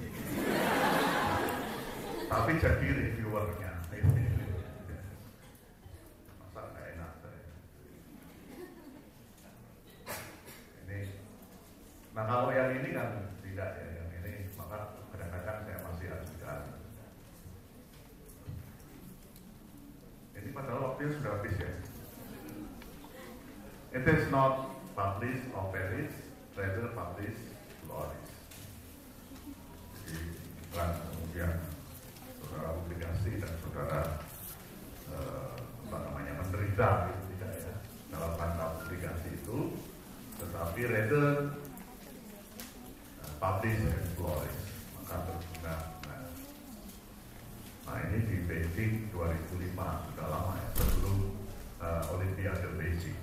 Tapi jadi reviewernya. Masa nggak enak saya. Ini. Nah kalau yang ini kan tidak ya, yang ini maka kadang-kadang saya masih ajukan. Ini padahal waktunya sudah habis ya. It is not published or perished, rather published, flourished. Jadi bukan kemudian saudara publikasi dan saudara menderita gitu, tidak ya dalam rangka publikasi itu, tetapi rather publish and flourished, maka berguna. Nah ini di Beijing 2005, sudah lama ya, sebelum Olimpiade Beijing.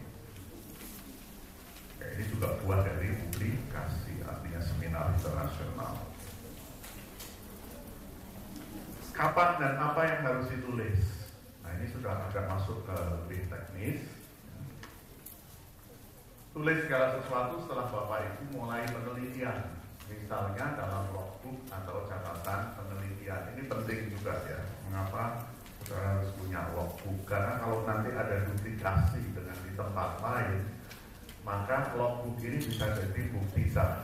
Ya, ini juga buah dari publikasi, artinya seminar internasional. Kapan dan apa yang harus ditulis? Nah ini sudah agak masuk ke lebih teknis. Tulis segala sesuatu setelah Bapak Ibu mulai penelitian, misalnya dalam logbook atau catatan penelitian. Ini penting juga ya. Mengapa saudara harus punya logbook? Karena kalau nanti ada duplikasi dengan di tempat lain, maka logbook ini bisa jadi bukti sah.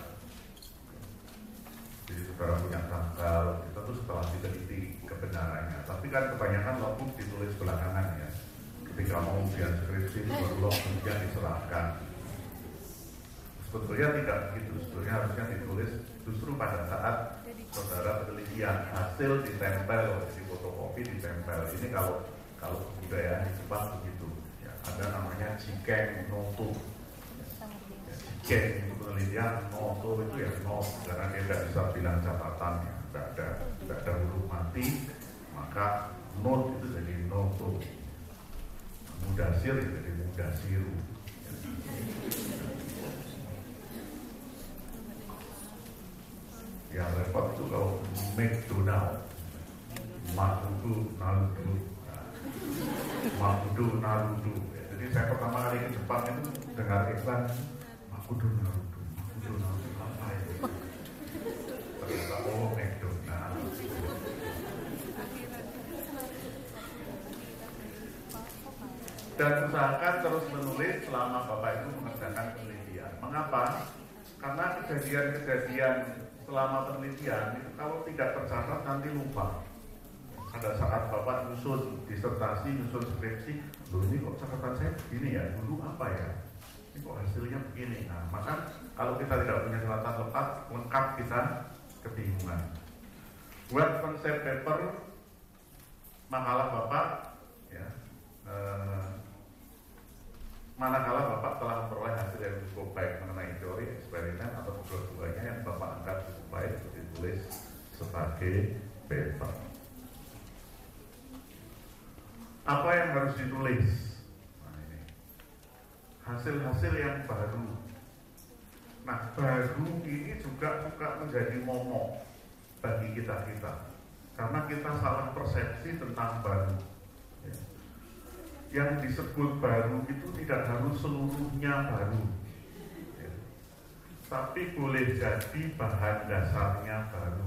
Jadi saudara punya tanggal, itu tuh setelah diteliti kebenarannya. Tapi kan kebanyakan logbook ditulis belakangan ya. Ketika mau ujian skripsi baru logbooknya diserahkan. Sebetulnya tidak begitu, sebetulnya harusnya ditulis justru pada saat saudara penelitian, hasil ditempel, di fotokopi ditempel. Ini kalau budaya di Jepang begitu, ya, ada namanya jikeng noto. Ya, jikeng itu penelitian, noto itu ya not, karena dia tidak bisa bilang catatannya, tidak ada huruf mati, maka note itu jadi noto. Mudasir itu jadi mudasiru. Yang repot itu kalau McDonald, Makudu Narudu, Makudu Narudu. Jadi saya pertama kali ke Jepang itu dengar iklan Makudu Narudu apa itu? Ternyata McDonald. Dan usahakan terus menulis selama Bapak Ibu mengerjakan penelitian. Mengapa? Karena kejadian-kejadian selama penelitian itu kalau tidak tercatat nanti lupa. Pada saat Bapak nyusun disertasi, nyusun skripsi, loh ini kok catatan saya begini ya, dulu apa ya? Ini kok hasilnya begini. Nah, maka kalau kita tidak punya catatan lengkap kita kebingungan. Buat konsep paper makalah Bapak ya, manakala Bapak telah memperoleh hasil yang cukup baik mengenai teori, eksperimen atau kedua-duanya yang Bapak anggap cukup baik untuk ditulis sebagai paper. Apa yang harus ditulis? Nah ini hasil-hasil yang baru. Nah baru ini juga menjadi momok bagi kita karena kita salah persepsi tentang baru. Ya. Yang disebut baru itu tidak harus seluruhnya baru, ya. tapi boleh jadi bahan dasarnya baru,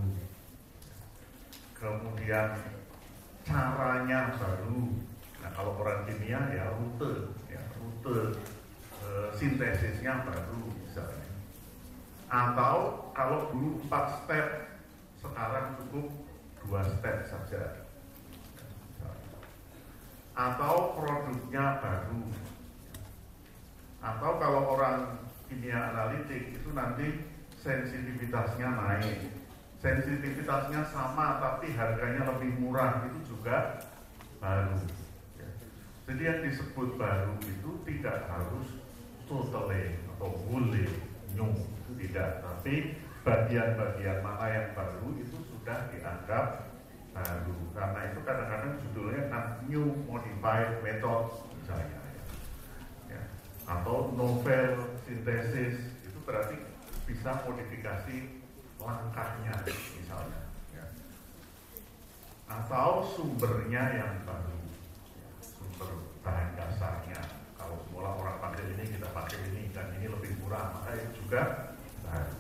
kemudian caranya baru. Nah, kalau orang kimia ya rute sintesisnya baru misalnya. Atau kalau dulu 4 step, sekarang cukup 2 step saja. Atau produknya baru. Atau kalau orang kimia analitik itu nanti sensitivitasnya naik, sensitivitasnya sama tapi harganya lebih murah, itu juga baru. Jadi yang disebut baru itu tidak harus totally atau wholly new, itu tidak, tapi bagian-bagian mana yang baru itu sudah dianggap baru. Karena itu kadang-kadang judulnya new modified method misalnya. Atau novel sintesis, itu berarti bisa modifikasi langkahnya misalnya, ya. Atau sumbernya yang baru, ya. Sumber bahan dasarnya, kalau semula orang pakai ini, kita pakai ini, dan ini lebih murah, maka itu juga baru.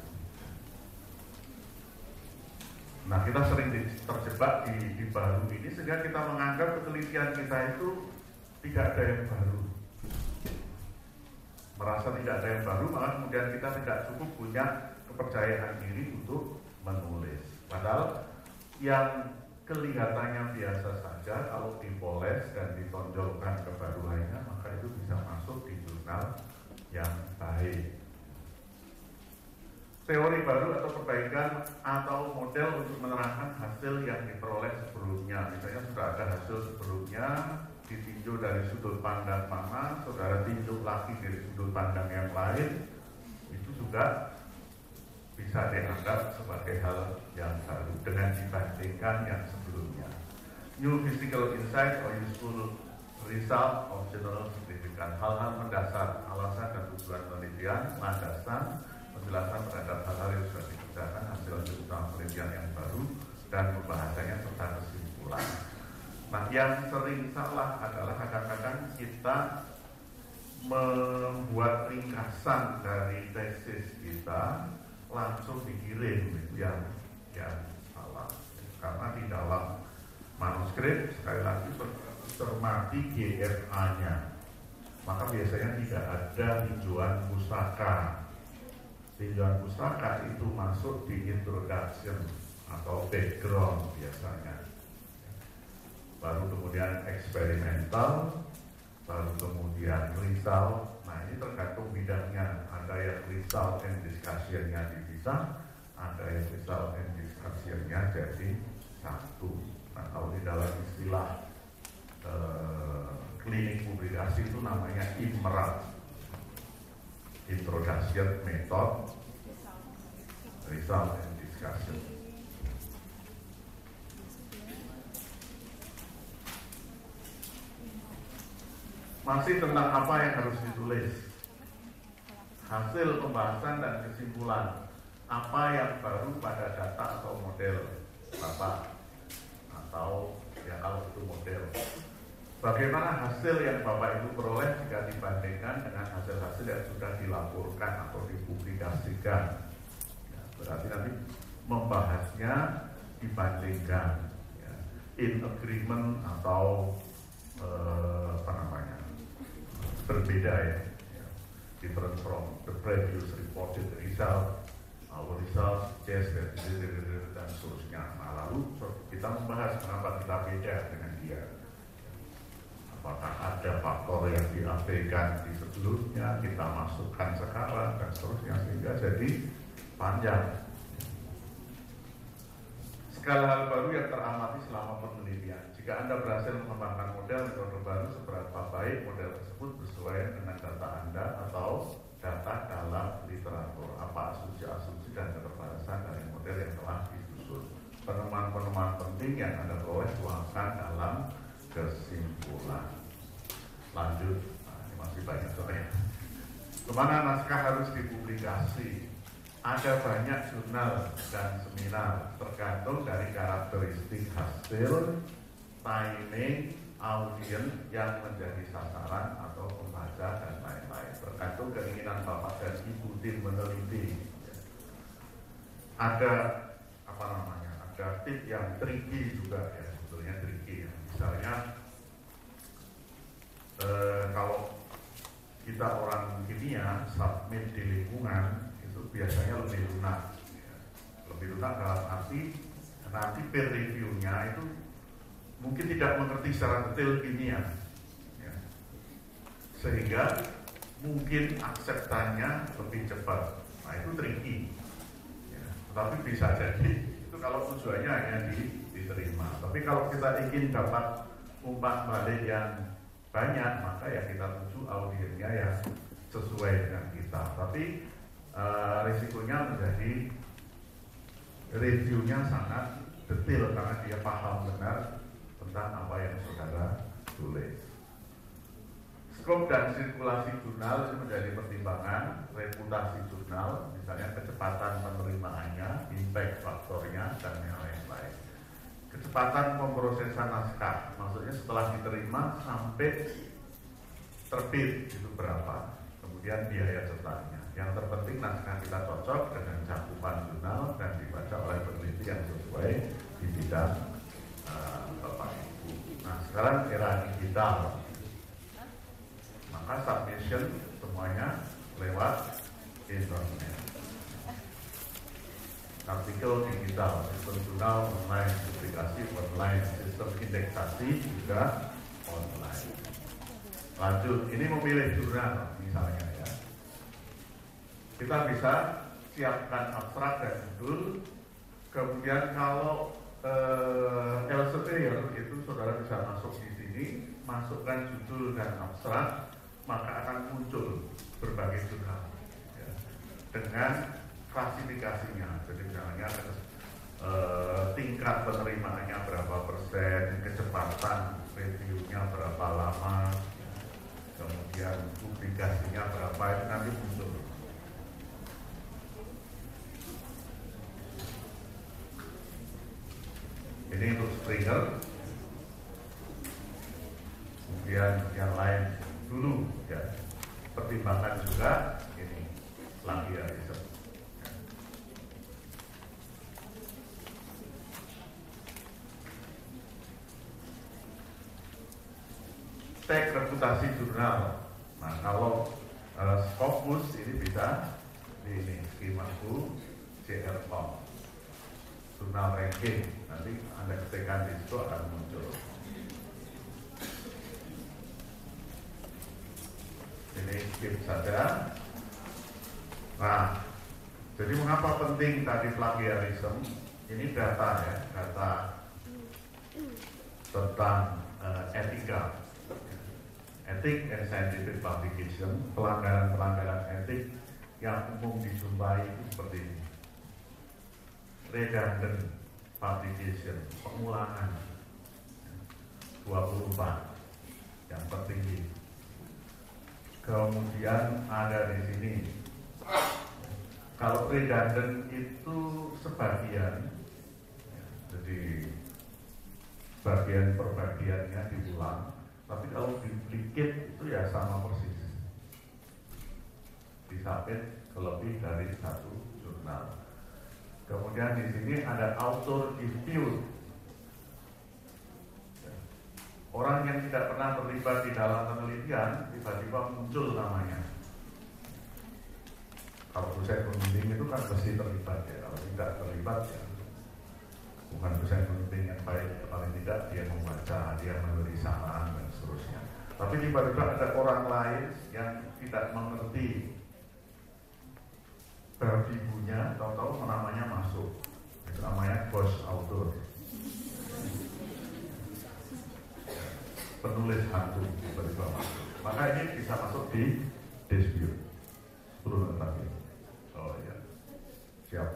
Nah, kita sering terjebak di baru ini sehingga kita menganggap penelitian kita itu tidak ada yang baru, merasa tidak ada yang baru, maka kemudian kita tidak cukup punya kepercayaan diri untuk menulis. Padahal yang kelihatannya biasa saja, kalau dipoles dan ditonjolkan kebaruannya, maka itu bisa masuk di jurnal yang baik. Teori baru atau perbaikan atau model untuk menerangkan hasil yang diperoleh sebelumnya. Misalnya sudah ada hasil sebelumnya, ditinjau dari sudut pandang mana, saudara tinjau lagi dari sudut pandang yang lain, itu juga bisa dianggap sebagai hal yang baru dengan dibandingkan yang sebelumnya. New physical insight or useful result of general significance. Hal-hal mendasar, alasan dan tujuan penelitian, landasan, penjelasan terhadap hal-hal yang sudah dikerjakan, hasil utama penelitian yang baru, dan pembahasannya serta kesimpulan. Nah, yang sering salah adalah kadang-kadang kita membuat ringkasan dari tesis kita langsung dikirim, itu yang salah. Karena di dalam manuskrip sekali lagi cermati GFA-nya, maka biasanya tidak ada tinjauan pustaka. Tinjauan pustaka itu masuk di introduction atau background biasanya. Baru kemudian eksperimental, baru kemudian result. Nah, ini tergantung bidangnya. Ada yang result and discussion-nya dipisah, ada yang result and discussion-nya jadi satu. Nah, kalau di dalam istilah klinik publikasi itu namanya IMRAP, Introduction, Method, Result and Discussion. Masih tentang apa yang harus ditulis, hasil pembahasan dan kesimpulan, apa yang baru pada data atau model Bapak, atau ya kalau itu model, bagaimana hasil yang Bapak itu peroleh jika dibandingkan dengan hasil-hasil yang sudah dilaporkan atau dipublikasikan. Ya, berarti nanti membahasnya dibandingkan, ya, in agreement atau berbeda, ya, different from the previous reported result, our result suggest that dan seterusnya. Nah, lalu kita membahas kenapa kita beda dengan dia. Apakah ada faktor yang diabaikan di sebelumnya, kita masukkan sekarang, dan seterusnya, sehingga jadi panjang. Skala hal baru yang teramati selama penelitian. Jika Anda berhasil mengembangkan model metode baru, seberapa baik model tersebut bersesuaian dengan data Anda atau data dalam literatur, apa asumsi-asumsi dan keterbatasan dari model yang telah disusun. Penemuan-penemuan penting yang Anda peroleh tuangkan dalam kesimpulan. Lanjut, nah, ini masih banyak soalnya. Kemana naskah harus dipublikasi? Ada banyak jurnal dan seminar, tergantung dari karakteristik hasil, timing, audiens yang menjadi sasaran atau pembaca dan lain-lain. Tergantung keinginan Bapak dan Ibu tim meneliti. ada apa namanya, ada tip yang tricky juga ya, sebetulnya tricky ya. Misalnya kalau kita orang kimia submit di lingkungan itu biasanya lebih lunak ya. Lebih lunak dalam arti nanti peer review-nya itu mungkin tidak mengerti secara detail kimia ya. Sehingga mungkin akseptannya lebih cepat. Nah itu tricky ya. Tapi bisa jadi itu kalau tujuannya hanya diterima. Tapi kalau kita ingin dapat umpan balik yang banyak, maka ya kita tuju audiensnya yang sesuai dengan kita. Tapi risikonya menjadi reviewnya sangat detail karena dia paham benar tentang apa yang saudara tulis. Skop dan sirkulasi jurnal itu menjadi pertimbangan, reputasi jurnal, misalnya kecepatan penerimaannya, impact faktornya, dan yang lain-lain. Kecepatan pemrosesan naskah, maksudnya setelah diterima sampai terbit itu berapa, kemudian biaya cetaknya. Yang terpenting naskah kita cocok dengan cakupan jurnal dan dibaca oleh peneliti yang sesuai di bidang Bapak Ibu. Nah sekarang era digital, maka submission semuanya lewat internet. Artikel digital, sistem jurnal online, publikasi online, sistem indeksasi juga online. Lanjut, ini memilih jurnal misalnya ya. Kita bisa siapkan abstrak dan judul. Kemudian kalau Elsevier itu saudara bisa masuk di sini, masukkan judul dan abstrak, maka akan muncul berbagai jurnal ya, dengan klasifikasinya. Jadi misalnya tingkat penerimaannya berapa persen, kecepatan reviewnya berapa lama, kemudian publikasinya berapa, itu nanti muncul. Ini untuk Springer. Kemudian yang lain dulu ya, pertimbangan juga ini plagiarisme. Tag reputasi jurnal. Nah kalau Scopus ini bisa di ini skimaku JR.com jurnal ranking, nanti Anda ketikkan di situ akan muncul. Ini skip saja. Nah, jadi mengapa penting tadi plagiarisme? Ini data ya, data tentang etika, etik and scientific publication, pelanggaran-pelanggaran etik yang umum dijumpai itu seperti ini. Redundant publication, pengulangan 24 yang tertinggi. Kemudian ada di sini, kalau redundant itu sebagian, jadi bagian per bagiannya diulang, tapi kalau duplicate itu ya sama persis, disapit ke lebih dari satu jurnal. Kemudian di sini ada author dispute. Orang yang tidak pernah terlibat di dalam penelitian tiba-tiba muncul namanya. Kalau dosen pembimbing itu kan pasti terlibat ya. Kalau tidak terlibat ya bukan dosen pembimbing yang baik. Paling tidak dia membaca, dia memberi saran dan seterusnya. Tapi tiba-tiba ada orang lain yang tidak mengerti berbibunya, tahu-tahu namanya masuk. Itu namanya ghost author, penulis hantu tiba-tiba masuk. Maka ini bisa masuk di dispute 10 menit lagi. Oh ya, siap.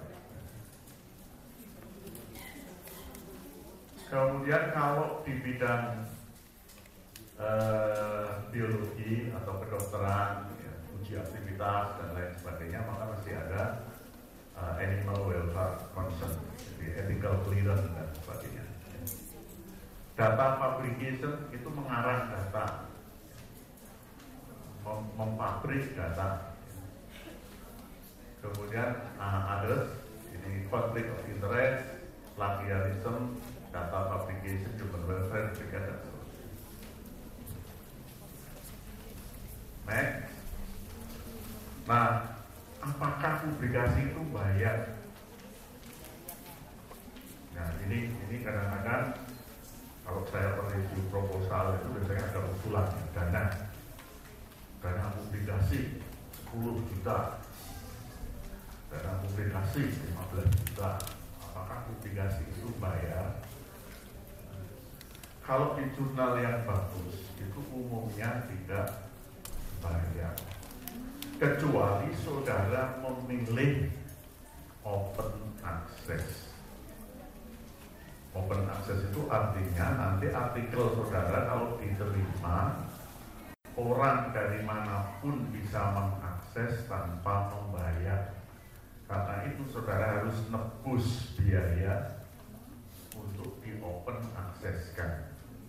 Kemudian kalau di bidang biologi atau kedokteran, ya, uji aktivitas dan lain sebagainya, maka mesti ada animal welfare concern, jadi ethical clearance dan sebagainya. Data publication itu mengarang data, mempabrik data. Kemudian others Ini conflict of interest, plagiarism, data publication, human welfare, dan seterusnya. Next. Nah, apakah publikasi itu bayar? Nah, ini kadang-kadang kalau saya mereview proposal itu biasanya ada usulan dana publikasi 10 juta, dana publikasi 15 juta. Apakah publikasi itu bayar? Kalau di jurnal yang bagus itu umumnya tidak bayar, kecuali saudara memilih open access. Open access itu artinya nanti artikel saudara kalau diterima, orang dari manapun bisa mengakses tanpa membayar. Karena itu saudara harus nebus biaya untuk di open access-kan.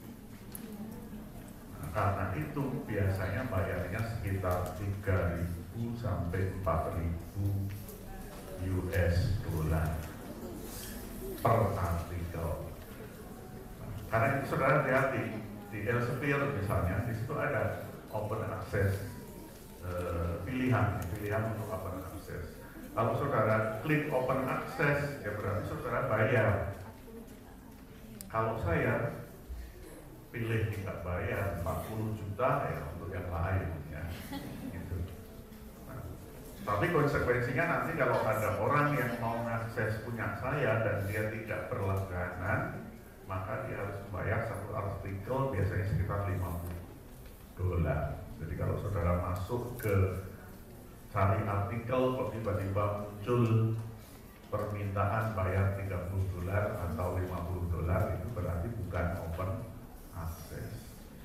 Nah, karena itu biasanya bayarnya sekitar 3.000 sampai 4.000 US dollar per artikel. Karena itu saudara hati-hati, di Elsevier misalnya, di situ ada open access pilihan untuk open access. Kalau saudara klik open access, ya berarti saudara bayar. Kalau saya pilih tidak bayar 40 juta ya untuk yang lain ya. Gitu. Nah, tapi konsekuensinya nanti kalau ada orang yang mau mengakses punya saya dan dia tidak berlangganan, maka dia harus membayar satu artikel biasanya sekitar 50 dolar. Jadi kalau saudara masuk ke cari artikel kok tiba-tiba muncul permintaan bayar 30 dolar atau 50 dolar, itu berarti bukan open access.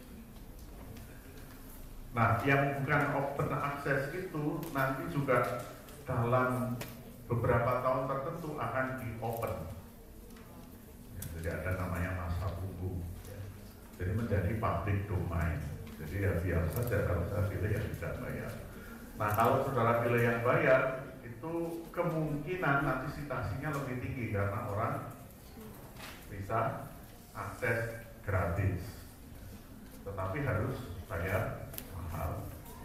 Nah, yang bukan open access itu nanti juga dalam beberapa tahun tertentu akan di open. Ya, jadi ada namanya masa tunggu. Ya. Jadi menjadi public domain. Jadi ya biar saja kalau saya pilih yang tidak bayar. Nah, kalau saudara pilih yang bayar, itu kemungkinan nanti citasinya lebih tinggi karena orang bisa akses gratis, tetapi harus bayar mahal.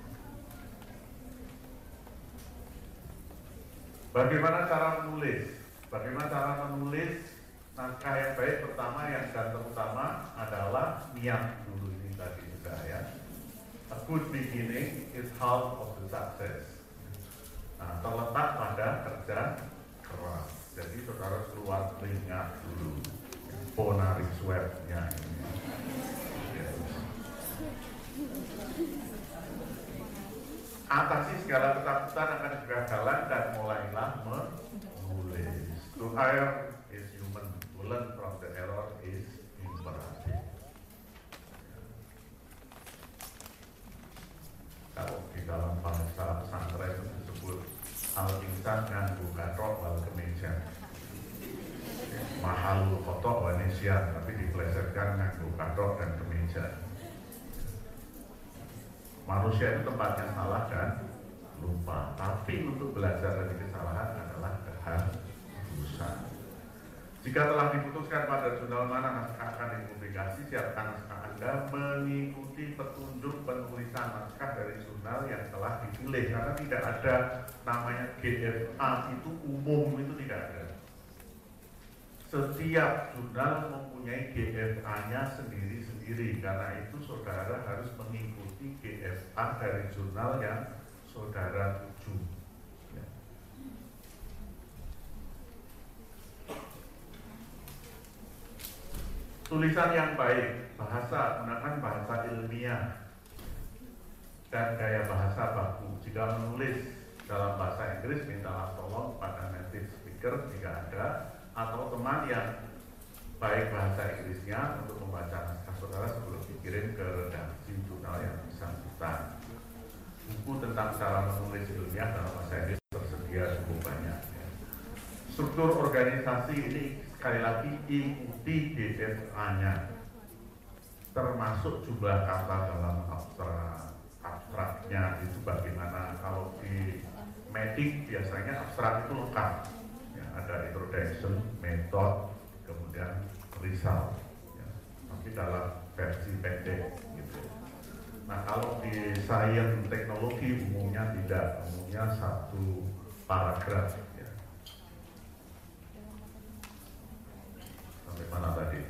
Bagaimana cara menulis? Bagaimana cara menulis naskah yang baik? Pertama dan terutama adalah niat dulu, ini tadi sudah ya. A good beginning is half of the success. Nah, terletak pada kerja keras. Jadi saudara keluar keringat dulu, ponari sweatnya ini. Yes. Atasi segala ketakutan akan kegagalan dan mulailah menulis. To err is human, to learn from the error is imperative. Kalau di dalam bahasa pesantren itu disebut al-insan nganggo kathok wal kemeja, mahal kotok Indonesia, tapi diplesetkan nganggo kathok dan kemeja. Manusia itu tempatnya salah dan lupa, tapi untuk belajar dari kesalahan adalah keharusan. Jika telah diputuskan pada jurnal mana naskah akan dipublikasi, siapkan naskah Anda mengikuti petunjuk penulisan naskah dari jurnal yang telah dipilih. Karena tidak ada namanya GFA itu umum, itu tidak ada. Setiap jurnal mempunyai GFA-nya sendiri-sendiri. Karena itu saudara harus mengikuti GFA dari jurnal yang saudara tuju. Ya. Tulisan yang baik, gunakan bahasa ilmiah dan gaya bahasa baku. Jika menulis dalam bahasa Inggris, mintalah tolong pada native speaker jika ada, atau teman yang baik bahasa Inggrisnya untuk membaca naskah saudara sebelum dikirim ke redaksi jurnal yang bersangkutan. Buku tentang cara menulis ilmiah dalam bahasa Inggris tersedia cukup banyak. Struktur organisasi ini sekali lagi ikuti GFA-nya, termasuk jumlah kata dalam abstraknya itu bagaimana. Kalau di medik biasanya abstrak itu lengkap, ya. ada introduction, method, kemudian result, ya. Tapi dalam versi pendek gitu. Nah kalau di sains teknologi umumnya tidak, umumnya satu paragraf. Ya. Sampai mana tadi?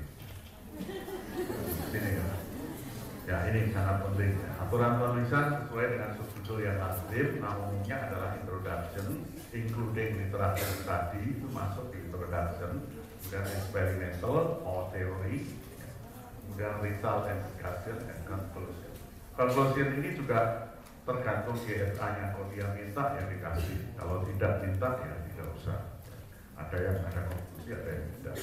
Ini ya. Ya ini sangat penting. Aturan penulisan sesuai dengan subjudul yang lazim, namanya adalah introduction, including literature tadi itu masuk di introduction, kemudian experimental or theory, kemudian result and discussion and conclusion. Conclusion ini juga tergantung GSA-nya, kalau dia minta ya dikasih, kalau tidak minta ya tidak usah. Ada yang ada konklusi, ada yang tidak.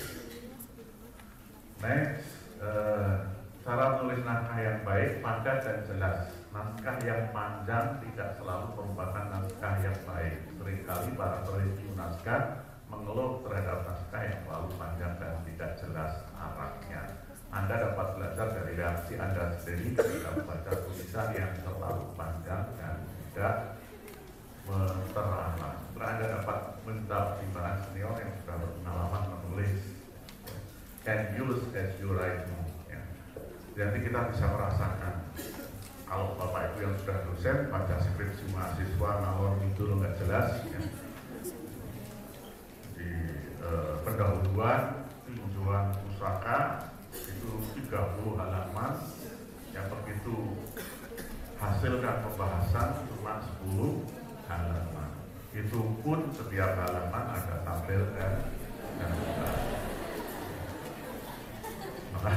Next. Cara menulis naskah yang baik, padat dan jelas. Naskah yang panjang tidak selalu merupakan naskah yang baik. Seringkali para review naskah mengeluh terhadap naskah yang terlalu panjang dan tidak jelas arahnya. Anda dapat belajar dari reaksi Anda sendiri ketika membaca tulisan yang terlalu panjang dan tidak terarah. Anda dapat mendapat timbalan senior yang sudah berpengalaman menulis. Can use as you write. Jadi kita bisa merasakan kalau Bapak Ibu yang sudah dosen baca skripsi mahasiswa ngalor ngidul nggak jelas ya. Di pendahuluan tinjauan pusaka itu 30 halaman yang begitu hasilkan pembahasan cuma 10 halaman. Itu pun setiap halaman ada tabel dan maka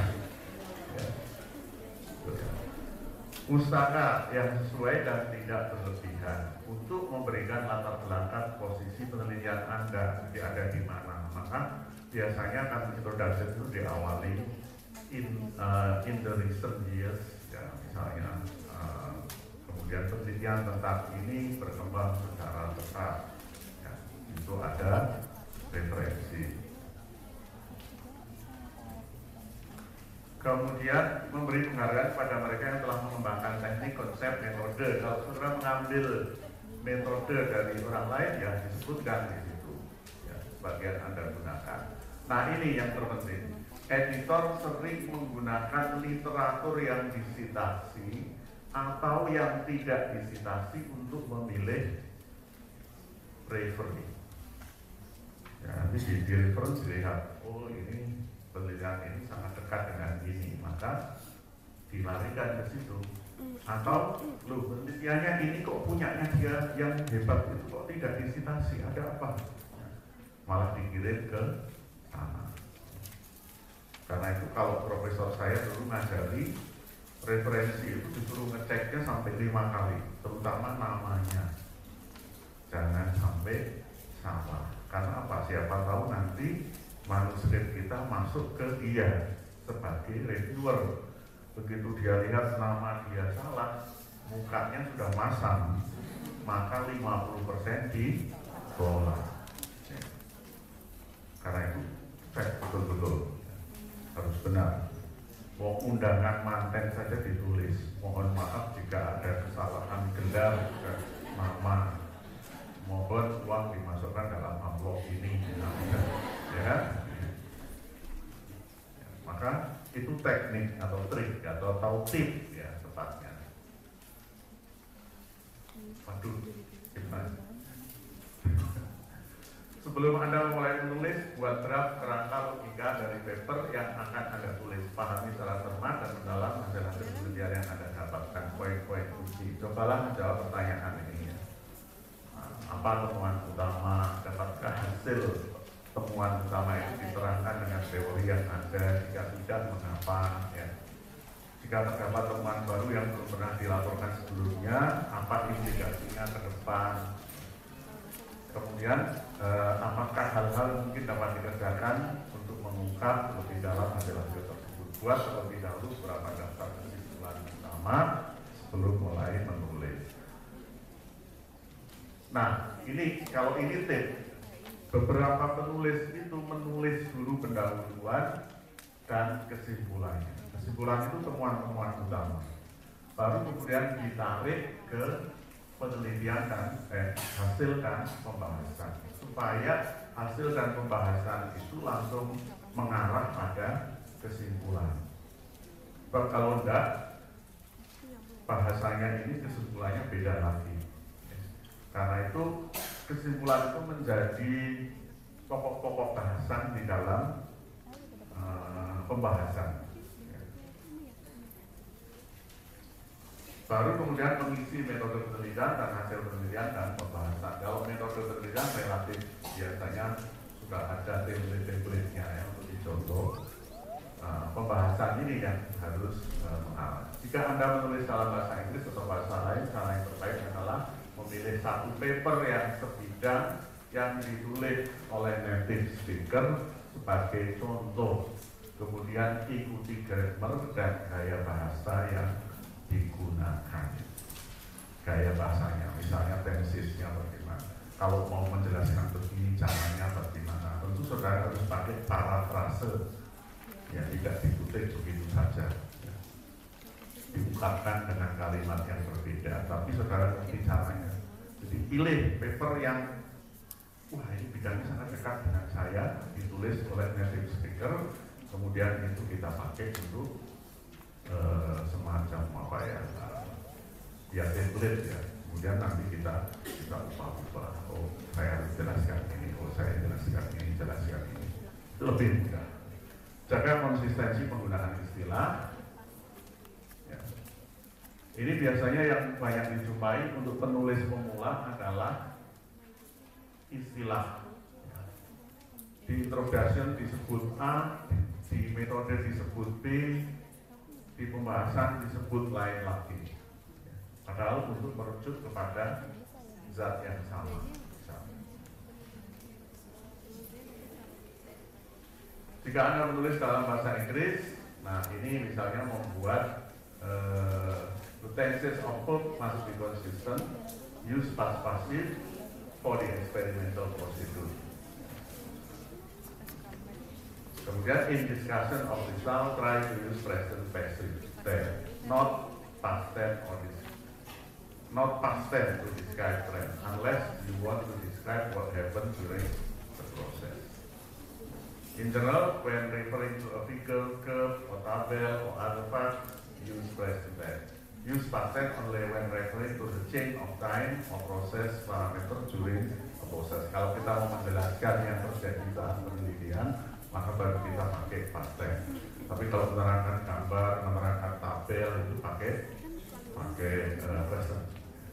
pustaka yang sesuai dan tidak berlebihan untuk memberikan latar belakang posisi penelitian Anda ada di mana. Maka biasanya kan introduction itu diawali in the recent years, ya, misalnya kemudian penelitian tentang ini berkembang secara pesat, ya, itu ada referensi. Kemudian memberi penghargaan pada mereka yang telah mengembangkan teknik, konsep, metode. Kalau saudara mengambil metode dari orang lain ya disebutkan di situ, ya, sebagian Anda gunakan. Nah ini yang terpenting. Editor sering menggunakan literatur yang disitasi atau yang tidak disitasi untuk memilih referensi. Ya, nanti di referensi dilihat, oh ini penelitian ini sangat dekat dengan ini, maka dilarikan ke situ. Atau loh penelitiannya ini kok punyanya dia yang hebat itu kok tidak disitasi, ada apa? Malah dikirim ke sana. Karena itu kalau profesor saya dulu ngajari referensi itu disuruh ngeceknya sampai 5 kali, terutama namanya. Jangan sampai salah. Karena apa? Siapa tahu nanti manuskrip kita masuk ke dia sebagai reviewer. Begitu dia lihat nama dia salah, mukanya sudah masam, maka 50% ditolak. Karena itu cek betul-betul, harus benar. Mau undangan manten saja ditulis, mohon maaf jika ada kesalahan gelar dan nama, mohon uang dimasukkan dalam amplop ini, ya. Maka itu teknik atau trik atau tip ya tepatnya. Waduh, gimana? Sebelum Anda mulai menulis, buat draft kerangka logika dari paper yang akan Anda tulis. Pahami secara cermat dan mendalam hasil-hasil penelitian yang Anda dapatkan, poin-poin kunci. Cobalah menjawab pertanyaan ini ya. Apa temuan utama? Dapatkah hasil temuan utama itu diterangkan dengan teori yang ada? Jika tidak, mengapa? Ya. Jika terdapat temuan baru yang belum pernah dilaporkan sebelumnya, apa implikasinya ke depan? Kemudian, apakah hal-hal mungkin dapat dikerjakan untuk mengungkap lebih dalam hasil-hasil tersebut? Buat terlebih dahulu beberapa daftar kesimpulan utama sebelum mulai menulis. Nah, ini kalau ini tip. Beberapa penulis itu menulis dulu pendahuluan dan kesimpulannya. Kesimpulan itu temuan-temuan utama. Baru kemudian ditarik ke penelitian dan hasilkan pembahasan supaya hasil dan pembahasan itu langsung mengarah pada kesimpulan. Sebab kalau enggak, bahasanya ini kesimpulannya beda lagi. Karena itu kesimpulan itu menjadi pokok-pokok bahasan di dalam pembahasan. Baru kemudian mengisi metode penelitian dan hasil penelitian dan pembahasan. Kalau metode penelitian relatif biasanya sudah ada template-nya ya untuk dicontoh. Pembahasan ini yang harus mengarah. Jika Anda menulis dalam bahasa Inggris atau bahasa lain, cara yang terbaik adalah memilih satu paper yang sebidang yang ditulis oleh native speaker sebagai contoh. Kemudian ikuti grammar dan gaya bahasa yang digunakan. Gaya bahasanya, misalnya tensisnya bagaimana. Kalau mau menjelaskan begini, caranya bagaimana. Tentu saudara harus pakai parafrase. Ya, tidak dikutip begitu saja. Diungkapkan dengan kalimat yang berbeda, tapi saudara ngerti caranya. Jadi pilih paper yang wah ini bidangnya sangat dekat dengan saya, ditulis oleh native speaker, kemudian itu kita pakai untuk semacam apa ya template ya. Kemudian nanti kita ubah-ubah. Oh saya jelaskan ini, oh saya jelaskan ini, jelaskan ini. Itu lebih mudah. Jaga konsistensi penggunaan istilah. Ya. Ini biasanya yang banyak dijumpai untuk penulis pemula adalah istilah. Di introduction disebut A, di metode disebut B, di pembahasan disebut lain lagi. Padahal untuk merujuk kepada zat yang sama. Jika Anda menulis dalam bahasa Inggris, nah ini misalnya membuat the tenses of verb must be consistent, use past passive for the experimental procedure. Kemudian in discussion of result, try to use present passive tense, not past tense or not past tense to describe trend, unless you want to describe what happened during the process. In general, when referring to a figure, curve, or tabel, or other fact, use present tense. Use past tense only when referring to the change of time or process parameter during a process. Kalau kita mau menjelaskan yang terjadi saat penelitian, maka baru kita pakai past tense. Tapi kalau menerangkan gambar, menerangkan tabel itu pakai present.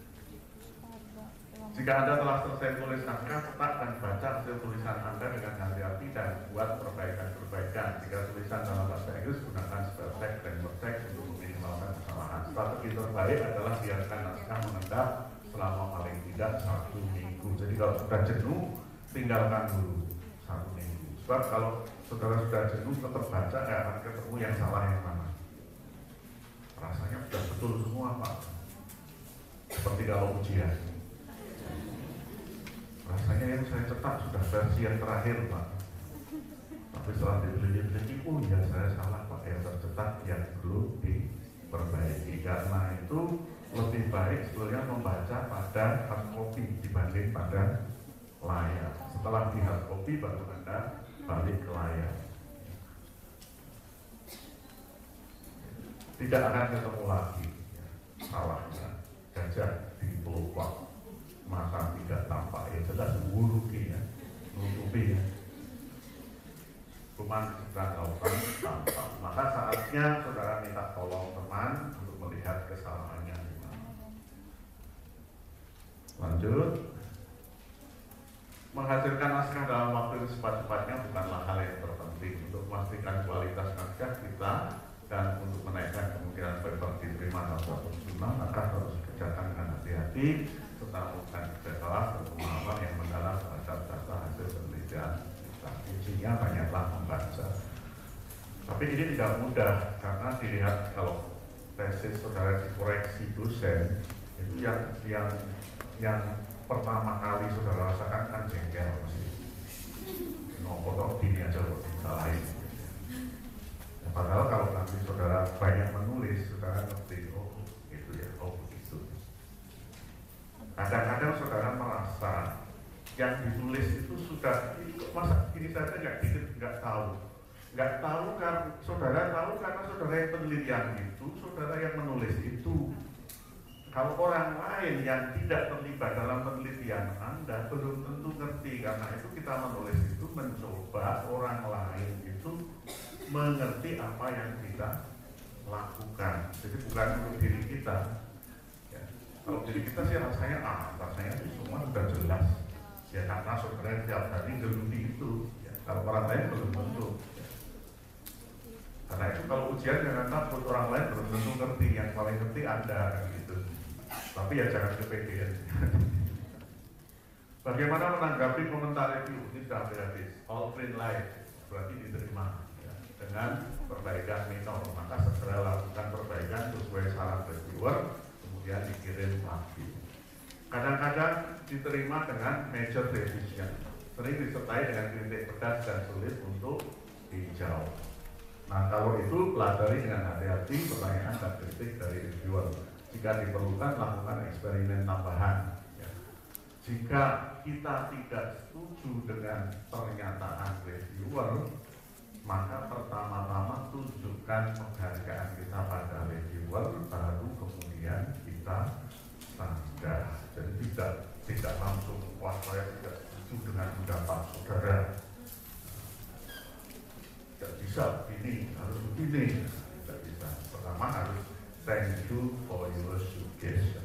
Jika Anda telah selesai tulis naskah, cetak dan baca hasil tulisan Anda dengan hati-hati dan buat perbaikan-perbaikan. Jika tulisan dalam bahasa Inggris, gunakan spell check dan check untuk meminimalkan kesalahan. Strategi terbaik adalah biarkan naskah mengendap selama paling tidak 1 minggu. Jadi kalau sudah jenuh, tinggalkan dulu 1 minggu. Sebab kalau saudara sudah jenuh, tetap baca, akan ketemu yang salah yang mana. Rasanya sudah betul semua, Pak. Seperti kalau ujian. Rasanya yang saya cetak sudah versi yang terakhir, Pak. Tapi setelah diteliti, oh ya saya salah, Pak. Yang tercetak yang belum diperbaiki. Karena itu lebih baik sebetulnya membaca pada hard copy dibanding pada layar. Setelah di hard copy baru Anda balik ke layar. Tidak akan ketemu lagi salahnya. Gajah di peluang. Maka tidak tampak, ya jelas wuruki ya, nutupi ya. Cuman sedang lakukan tampak. Maka saatnya saudara minta tolong teman untuk melihat kesalahannya. Lanjut. Menghasilkan naskah dalam waktu secepat-cepatnya bukanlah hal yang terpenting. Untuk memastikan kualitas naskah kita dan untuk menaikkan kemungkinan paper diterima dalam jurnal, maka harus dikerjakan dengan hati-hati serta melakukan kelas dan pemahaman yang mendalam terhadap data hasil penelitian. Kuncinya banyaklah membaca. Tapi ini tidak mudah karena dilihat kalau tesis saudara dikoreksi dosen itu yang pertama kali saudara rasakan kan jengkel sih. Ngomong gini aja kok disalahin. Padahal kalau nanti saudara banyak menulis, saudara ngerti, oh itu ya, oh begitu. Kadang-kadang saudara merasa yang ditulis itu sudah, masa ini saja nggak tahu kan, saudara tahu karena saudara yang penelitian itu, saudara yang menulis itu. Kalau orang lain yang tidak terlibat dalam penelitian Anda belum tentu ngerti, karena itu kita menulis itu mencoba orang lain itu mengerti apa yang kita lakukan. Jadi bukan untuk diri kita. Ya. Kalau diri kita sih rasanya itu semua sudah jelas. Ya karena saudara tiap hari geluti itu. Ya, kalau orang lain belum tentu. Ya. Karena itu kalau ujian jangan takut, orang lain belum tentu ngerti, yang paling ngerti Anda gitu. Tapi ya jangan kepedean. Bagaimana menanggapi komentar review? Ini sudah habis. All green light berarti diterima ya, dengan perbaikan minor. Maka segera lakukan perbaikan sesuai saran reviewer, kemudian dikirim lagi. Kadang-kadang diterima dengan major revision, sering disertai dengan kritik pedas dan sulit untuk dijawab. Nah kalau itu pelajari dengan hati-hati pertanyaan dan kritik dari reviewer. Jika diperlukan, lakukan eksperimen tambahan. Ya. Jika kita tidak setuju dengan pernyataan reviewer, maka pertama-tama tunjukkan penghargaan kita pada reviewer, baru kemudian kita sanggah. Jadi tidak langsung, wah saya tidak setuju dengan pendapat saudara. Tidak bisa begini, harus begini. Tidak bisa. Pertama harus thank you for your suggestion.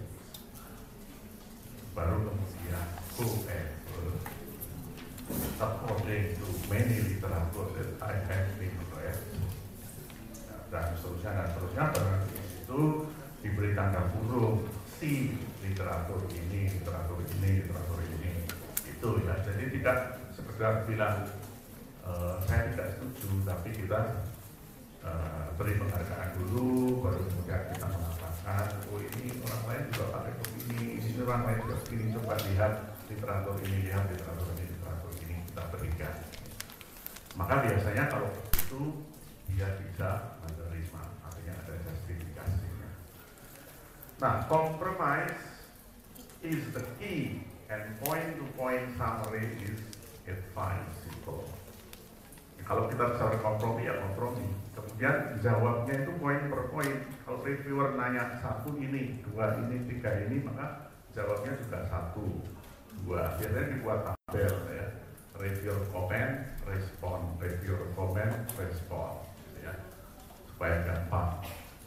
Baru kemudian whoever, according to many literature that I have been read, dan seterusnya, dan itu diberi tanda kurung si literatur ini, itu ya. Jadi tidak sekedar bilang saya tidak setuju, tapi kita beri penghargaan dulu, baru kemudian kita mengatakan, oh ini orang lain juga pakai begini, ini orang lain juga begini, coba lihat literatur ini, kita berikan. Maka biasanya kalau itu dia bisa menerima, artinya ada justifikasinya. Nah, compromise is the key and point-to-point summary is advisable. Kalau kita bicara kompromi, ya kompromi. Kemudian jawabnya itu poin per poin. Kalau reviewer nanya 1 ini, 2 ini, 3 ini, maka jawabnya juga 1, 2. Biasanya dibuat tabel ya. Reviewer comment, respon. Reviewer comment, respon. Ya. Supaya gampang.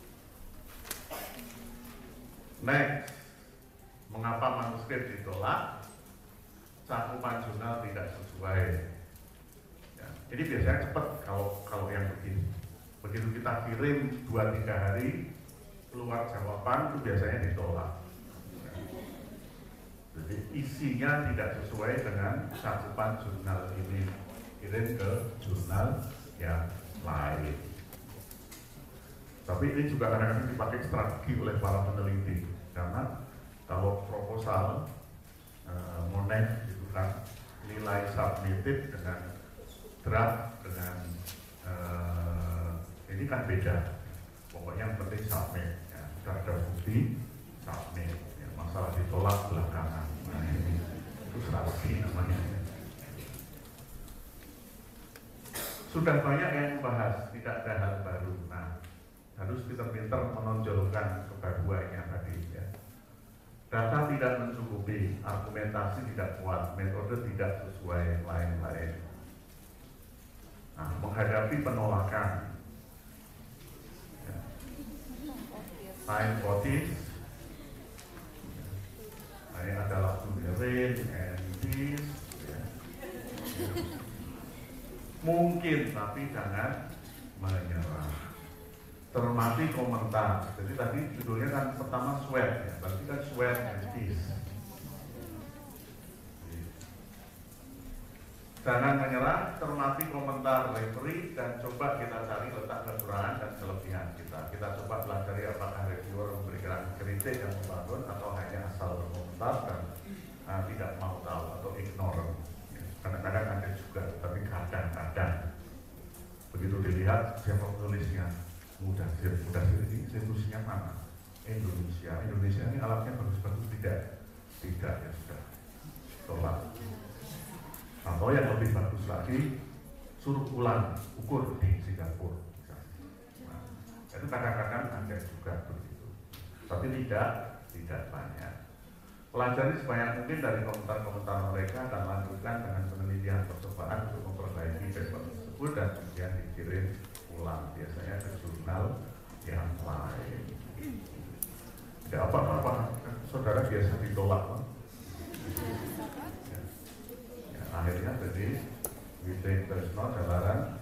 Next, mengapa manuskrip ditolak? Cakupan jurnal tidak sesuai. Jadi biasanya cepat kalau yang begini. Begitu kita kirim 2-3 hari keluar jawaban itu biasanya ditolak. Jadi isinya tidak sesuai dengan cakupan jurnal ini, kirim ke jurnal yang lain. Tapi ini juga kadang-kadang dipakai strategi oleh para peneliti, karena kalau proposal monef itu kan nilai submitted dengan draft dengan ini kan beda. Pokoknya yang penting submit ya. Sudah ada bukti submit ya. Masalah ditolak belakangan. Nah ini itu strategi namanya. Sudah banyak yang membahas, tidak ada hal baru. Nah harus pintar-pintar menonjolkan kebaruannya tadi ya. Data tidak mencukupi, argumentasi tidak kuat, metode tidak sesuai, lain-lain. Nah, menghadapi penolakan, ya. Time motif, nah, ini adalah rain and peace, ya. Mungkin tapi jangan menyerah. Cermati komentar. Jadi tadi judulnya kan pertama sweat, ya. Berarti kan sweat and peace. Jangan menyerah, cermati komentar referee dan coba kita cari letak kekurangan dan kelebihan kita. Kita coba pelajari apakah reviewer memberikan kritik yang membangun atau hanya asal berkomentar dan tidak mau tahu atau ignore. Kadang-kadang ada juga, tapi kadang-kadang begitu dilihat siapa penulisnya, mudah ini situsnya mana? Indonesia ini alatnya bagus-bagus tidak ya sudah tolak. Atau yang lebih bagus lagi, suruh ulang ukur di Singapura. Nah, itu kadang-kadang ada juga begitu, tapi tidak banyak. Pelajari sebanyak mungkin dari komentar-komentar mereka dan lanjutkan dengan penelitian percobaan untuk memperbaiki paper tersebut dan kemudian dikirim ulang, biasanya ke jurnal yang lain. Tidak apa-apa, saudara biasa ditolak. Ya, akhirnya jadi within personal jalanan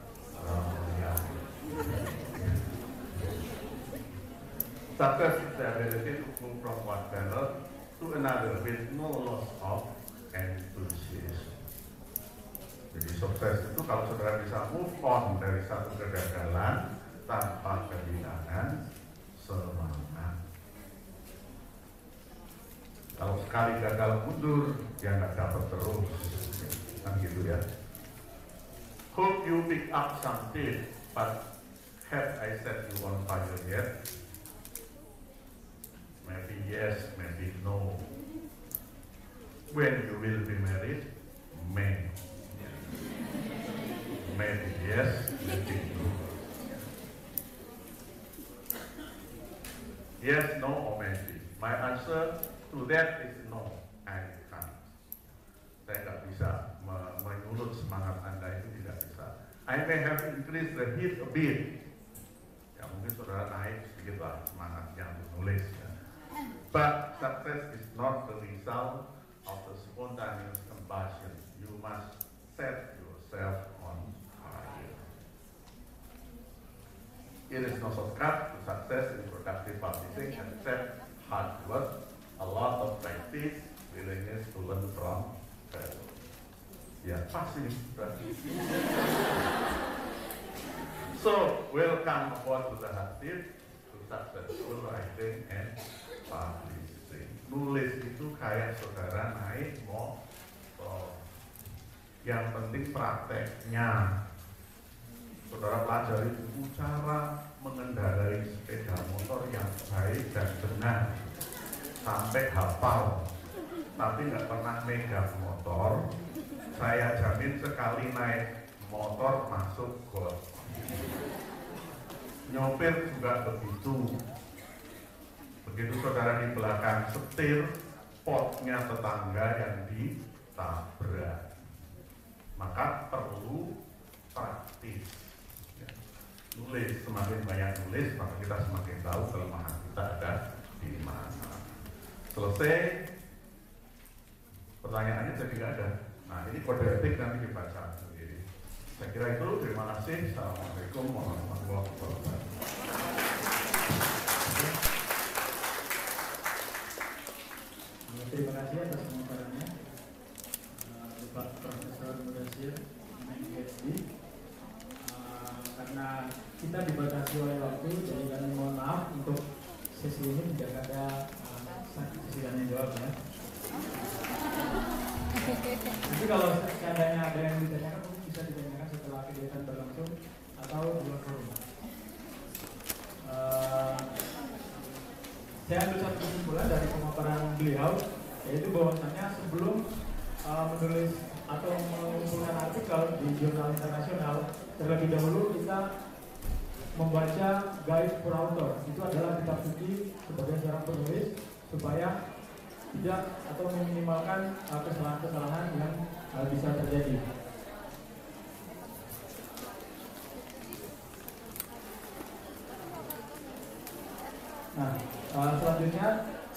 success is the ability to move from one battle to another with no loss of enthusiasm. Jadi sukses itu kalau saudara bisa move on dari satu kegagalan tanpa kehilangan semangat. Kalau sekali gagal mundur, dia nggak dapat terus, kan gitu ya. Hope you pick up some tips, but have I set you on fire yet? Maybe yes, maybe no. When you will be married, maybe. Maybe yes, maybe no. Yes, no, or maybe. My answer to that is no, I can't. Saya nggak bisa menyulut semangat Anda, itu tidak bisa. I may have increased the heat a bit. Ya mungkin saudara naik sedikit lah semangatnya untuk nulis. Ya. But success is not the result of the spontaneous combustion. You must set yourself on fire. It is no shortcut to success in productive publishing except hard work, a lot of practice, willingness to learn from failure. Ya pasti. So welcome aboard to the hard tip to successful writing and publishing. Nulis itu kayak saudara naik motor. Yang penting prakteknya. Saudara pelajari buku cara mengendarai sepeda motor yang baik dan benar sampai hafal, tapi nggak pernah megang motor. Saya jamin sekali naik motor masuk got. Nyopir juga begitu. Begitu saudara di belakang setir, potnya tetangga yang ditabrak. Maka perlu praktis. Ya. Nulis, semakin banyak nulis, maka kita semakin tahu kelemahan kita ada di mana. Selesai, pertanyaannya jadi nggak ada. Nah ini kode etik nanti dibaca sendiri. Saya kira itu, terima kasih. Assalamualaikum warahmatullahi wabarakatuh. Terima kasih atas pemaparannya, Pak Profesor Mudasir, PhD. Karena kita dibatasi oleh waktu, jadi kami mohon maaf untuk sesi ini tidak ada sesi tanya jawab ya. Jadi kalau seandainya ada yang ditanyakan, mungkin bisa ditanyakan setelah kegiatan berlangsung atau di luar forum. Saya ambil satu kesimpulan dari pemaparan beliau, yaitu bahwasanya sebelum menulis atau mengumpulkan artikel di jurnal internasional, terlebih dahulu kita membaca guide for author. Itu adalah kitab suci sebagai seorang penulis supaya tidak atau meminimalkan kesalahan-kesalahan yang bisa terjadi. Nah, selanjutnya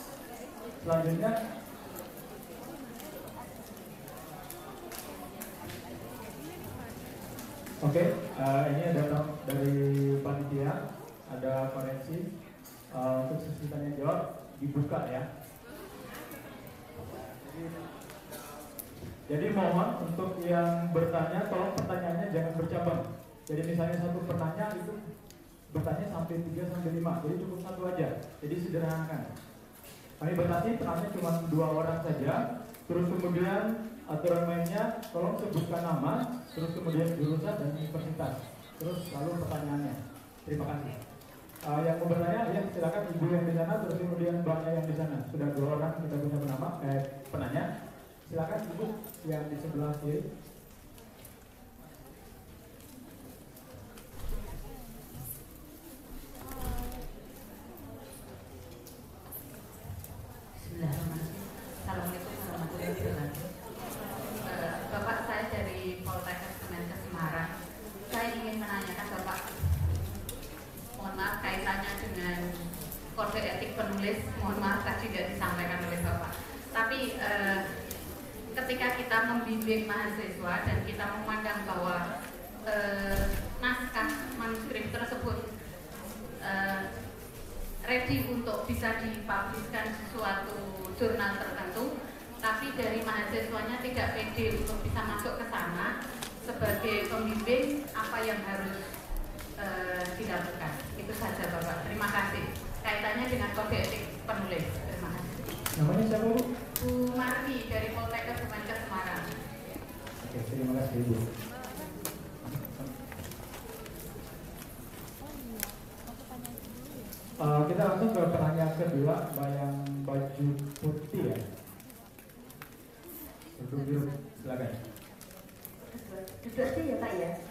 oke, ini ada dari panitia, ada koreksi untuk sesi tanya jawab dibuka ya. Jadi mohon untuk yang bertanya, tolong pertanyaannya jangan bercabang. Jadi misalnya satu penanya itu bertanya sampai 3 sampai 5, jadi cukup satu aja. Jadi sederhanakan. Kami batasi penanya cuma 2 orang saja. Terus kemudian aturan mainnya, tolong sebutkan nama, terus kemudian jurusan dan universitas. Terus lalu pertanyaannya. Terima kasih. Yang mau bertanya, ya silakan ibu yang di sana, terus kemudian mbaknya yang di sana. Sudah 2 orang kita punya penanya. Silakan ibu yang di sebelah kiri. menanyakan Bapak, mohon maaf kaitannya dengan kode etik penulis, mohon maaf tadi tidak disampaikan oleh Bapak. Tapi ketika kita membimbing mahasiswa dan kita memandang bahwa naskah manuskrip tersebut ready untuk bisa dipublishkan di suatu jurnal tertentu, tapi dari mahasiswanya tidak pede untuk bisa masuk ke sana, sebagai pembimbing apa yang harus dilakukan. Itu saja Bapak, terima kasih. Kaitannya dengan kode etik penulis. Terima kasih. Namanya siapa Bu? Bu Marti dari Poltekkes Kemenkes Semarang. Oke, terima kasih Bu. Kita langsung ke pertanyaan kedua, Mbak yang baju putih ya. Duduk biru, silakan. Duduk sih ya Pak ya.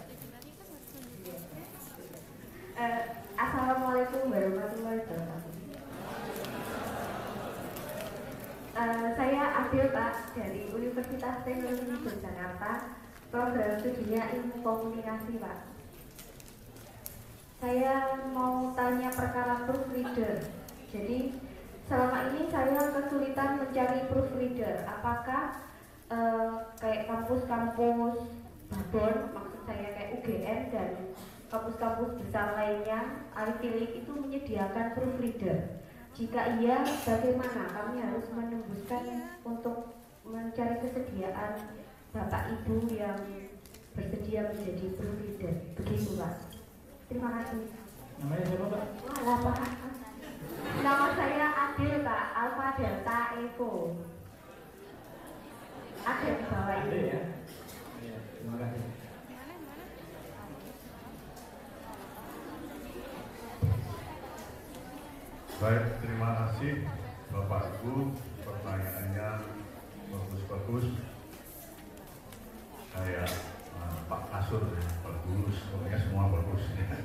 Assalamualaikum warahmatullahi wabarakatuh. Saya Adil Pak dari Universitas Teknologi Yogyakarta, program studinya Ilmu Komunikasi Pak. Saya mau tanya perkara proofreader. Jadi selama ini saya kesulitan mencari proofreader. Apakah kayak kampus-kampus Babon, maksud saya kayak UGM dan kampus-kampus besar lainnya, Ivy League itu menyediakan proofreader? Jika iya, bagaimana kami harus menembuskan untuk mencari kesediaan Bapak Ibu yang bersedia menjadi proofreader? Begitu Pak. Terima kasih. Namanya siapa Pak? Wah, Pak. Nama saya Adil Pak, Alpha Delta Echo. Ada di bawah Ada ini. ya? Iya, terima kasih. Baik, terima kasih Bapak Ibu, pertanyaannya bagus-bagus. Kayak Pak Kasur ya, bagus, pokoknya semua bagus.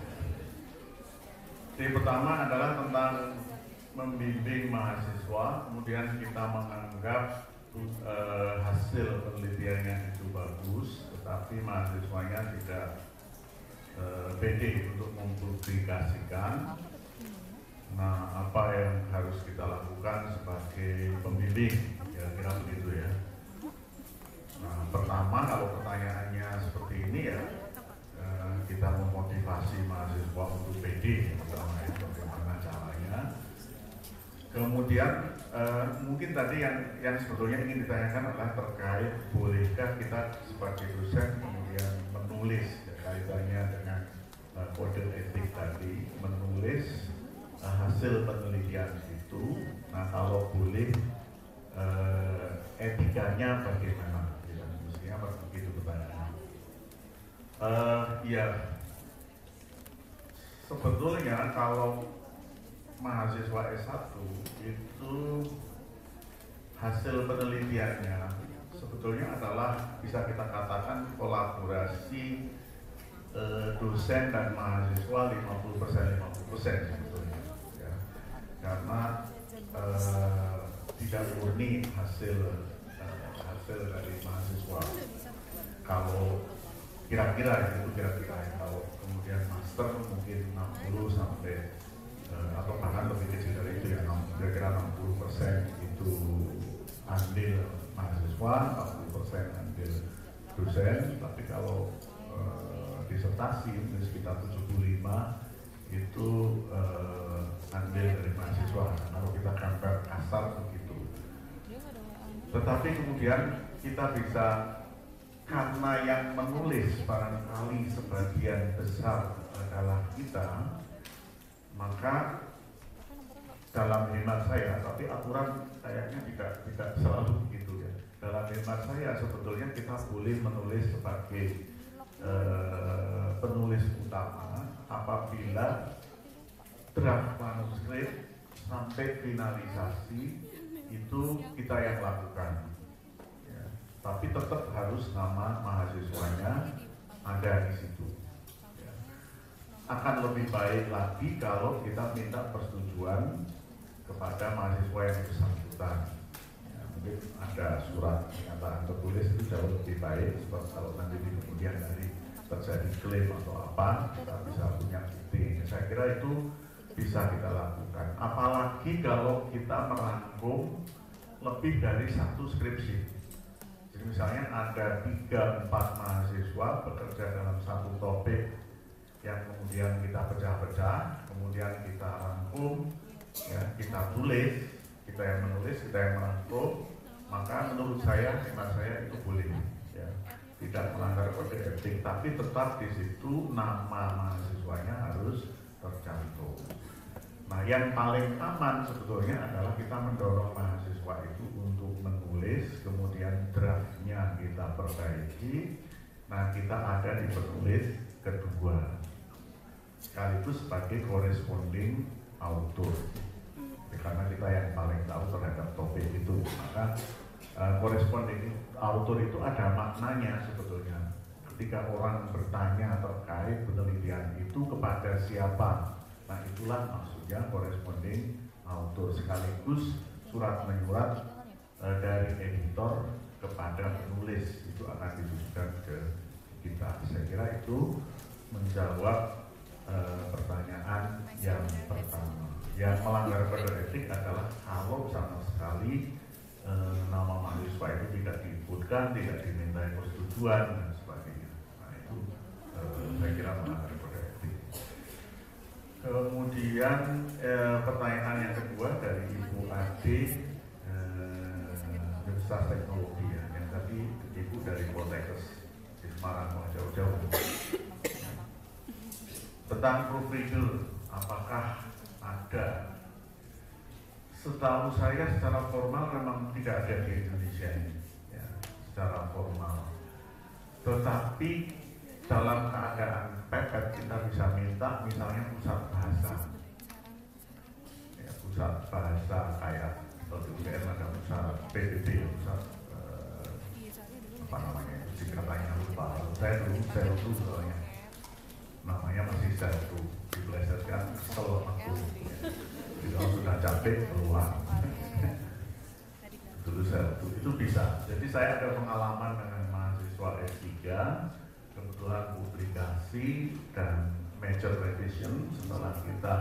Jadi pertama adalah tentang membimbing mahasiswa, kemudian kita menganggap hasil penelitiannya itu bagus, tetapi mahasiswanya tidak pede untuk mempublikasikan. Nah, apa yang harus kita lakukan sebagai pembimbing? Kira-kira begitu ya. Nah, pertama kalau pertanyaannya seperti ini ya, kita memotivasi mahasiswa untuk pede, pertama itu bagaimana caranya. Kemudian mungkin tadi yang sebetulnya ingin ditanyakan adalah terkait bolehkah kita sebagai dosen kemudian menulis ya, kaitannya dengan kode etik tadi, menulis hasil penelitian itu. Nah, kalau boleh etikanya bagaimana? Ya, mestinya begitu pertanyaannya. Ya, sebetulnya kalau mahasiswa S1 itu hasil penelitiannya sebetulnya adalah bisa kita katakan kolaborasi dosen dan mahasiswa 50% sebetulnya ya. Karena tidak murni hasil dari mahasiswa. Kalau kira-kira kalau kemudian master mungkin 60 sampai atau bahkan lebih kecil dari itu ya, kira-kira 60% itu andil mahasiswa, 40% andil dosen. Tapi kalau disertasi mungkin sekitar 75 itu andil dari mahasiswa. Kalau kita gambar kasar begitu. Tetapi kemudian kita bisa, karena yang menulis barangkali sebagian besar adalah kita, maka dalam hemat saya, tapi aturan kayaknya tidak selalu begitu ya. Dalam hemat saya sebetulnya kita boleh menulis sebagai penulis utama apabila draft manuskrip sampai finalisasi itu kita yang lakukan. Ya. Tapi tetap harus nama mahasiswanya ada di situ. Akan lebih baik lagi kalau kita minta persetujuan kepada mahasiswa yang bersangkutan. Ya, mungkin ada surat pernyataan tertulis itu jauh lebih baik, sebab kalau nanti di kemudian hari terjadi klaim atau apa, kita bisa punya bukti. Saya kira itu bisa kita lakukan. Apalagi kalau kita merangkum lebih dari satu skripsi. Jadi misalnya ada 3-4 mahasiswa bekerja dalam satu topik yang kemudian kita pecah-pecah, kemudian kita rangkum, ya, kita tulis, kita yang menulis, kita yang merangkum, maka menurut saya, hemat saya itu boleh, ya, tidak melanggar kode etik, tapi tetap di situ nama mahasiswanya harus tercantum. Nah, yang paling aman sebetulnya adalah kita mendorong mahasiswa itu untuk menulis, kemudian draftnya kita perbaiki. Nah, kita ada di penulis kedua, sekaligus sebagai corresponding author, karena kita yang paling tahu terhadap topik itu. Maka corresponding author itu ada maknanya sebetulnya. Ketika orang bertanya terkait penelitian itu kepada siapa, nah itulah maksudnya corresponding author, sekaligus surat menyurat dari editor kepada penulis itu akan ditujukan ke kita. Saya kira itu menjawab pertanyaan yang pertama. Yang melanggar kode etik adalah kalau sama sekali nama mahasiswa itu tidak diinputkan, tidak dimintai persetujuan dan sebagainya. Nah itu saya kira melanggar kode etik. Kemudian pertanyaan yang kedua dari Ibu Ade, Universitas Teknologi, ya, yang tadi Ibu dari Poltekkes di Semarang, jauh-jauh. Tentang proofreader, apakah ada? Setahu saya secara formal memang tidak ada di Indonesia ini, ya, secara formal. Tetapi dalam keadaan pepet kita bisa minta misalnya pusat bahasa, ya, pusat bahasa kayak di UGM ada pusat PBB, pusat apa namanya, singkatannya lupa. Saya dulu soalnya namanya masih satu, dipelesetkan kesel aku. Kalau sudah capek keluar. Dulu saya itu bisa. Jadi saya ada pengalaman dengan mahasiswa S3, kebetulan publikasi dan major revision. Setelah kita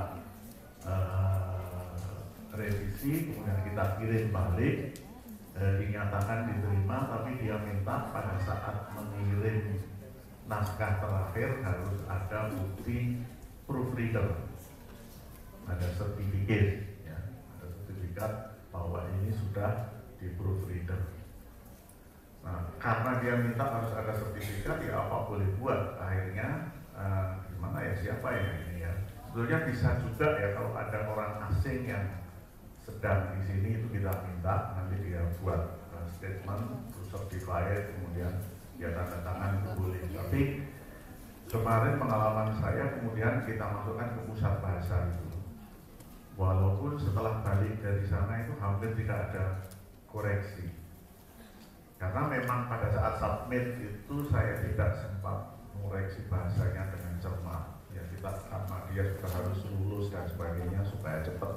revisi, kemudian kita kirim balik, dinyatakan diterima, tapi dia minta pada saat mengirim naskah terakhir harus ada bukti proofreader, ada sertifikat, ya, ada sertifikat bahwa ini sudah di proofreader. Nah, karena dia minta harus ada sertifikat, ya apa boleh buat. Akhirnya gimana ya, siapa ya ini ya? Sebetulnya bisa juga ya kalau ada orang asing yang sedang di sini itu kita minta, nanti dia buat statement, certified, kemudian dia tanda tangan itu boleh. Tapi kemarin pengalaman saya kemudian kita masukkan ke pusat bahasa itu. Walaupun setelah balik dari sana itu hampir tidak ada koreksi. Karena memang pada saat submit itu saya tidak sempat mengoreksi bahasanya dengan cermat. Ya kita karena dia sudah harus lulus dan sebagainya supaya cepat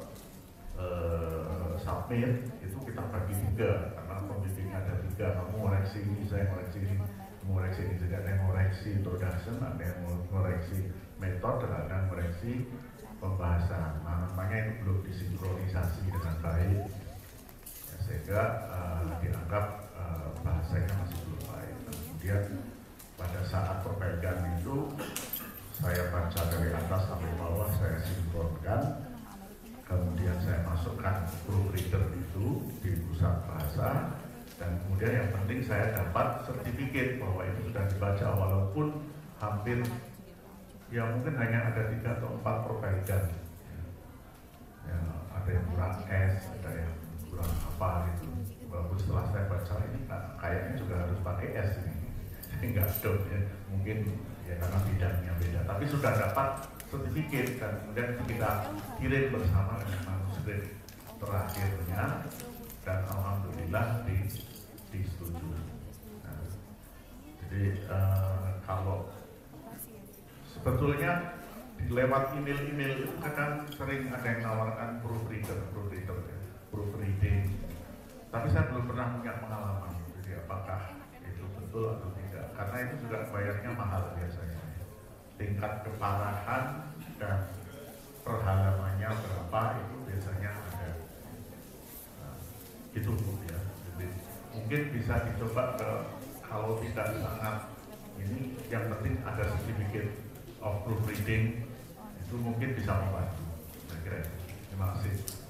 submit, itu kita bagi 3 karena pembimbingnya ada 3. Kamu ngoreksi ini, saya ngoreksi ini, ngoreksi ini. Jadi ada yang ngoreksi introduction, ada yang ngoreksi metode, ada yang ngoreksi pembahasan. Nah, namanya itu belum disinkronisasi dengan baik, ya, sehingga dianggap bahasanya masih belum baik. Nah, kemudian pada saat perbaikan itu saya baca dari atas sampai bawah, saya sinkronkan, kemudian saya masukkan proofreader itu di pusat bahasa, dan kemudian yang penting saya dapat sertifikat bahwa itu sudah dibaca, walaupun hampir ya mungkin hanya ada 3 atau 4 perbaikan, ya, ada yang kurang S, ada yang kurang apa gitu. Walaupun setelah saya baca ini kayaknya juga harus pakai S ini, nggak dot ya, mungkin ya karena bidangnya beda, tapi sudah dapat sertifikat dan kemudian kita kirim bersama dengan manuskrip terakhirnya, dan alhamdulillah disetujui. Nah, jadi kalau sebetulnya lewat email itu kadang sering ada yang menawarkan proofreader ya, proofreading, tapi saya belum pernah punya pengalaman. Jadi apakah itu betul atau tidak? karena itu juga bayarnya mahal biasanya. Tingkat keparahan dan perhalamannya berapa itu biasanya ada. Nah, gitu Bu ya. Jadi mungkin bisa dicoba kalau tidak sangat ini, yang penting ada sedikit of proofreading itu mungkin bisa membantu. Saya kira. Terima kasih.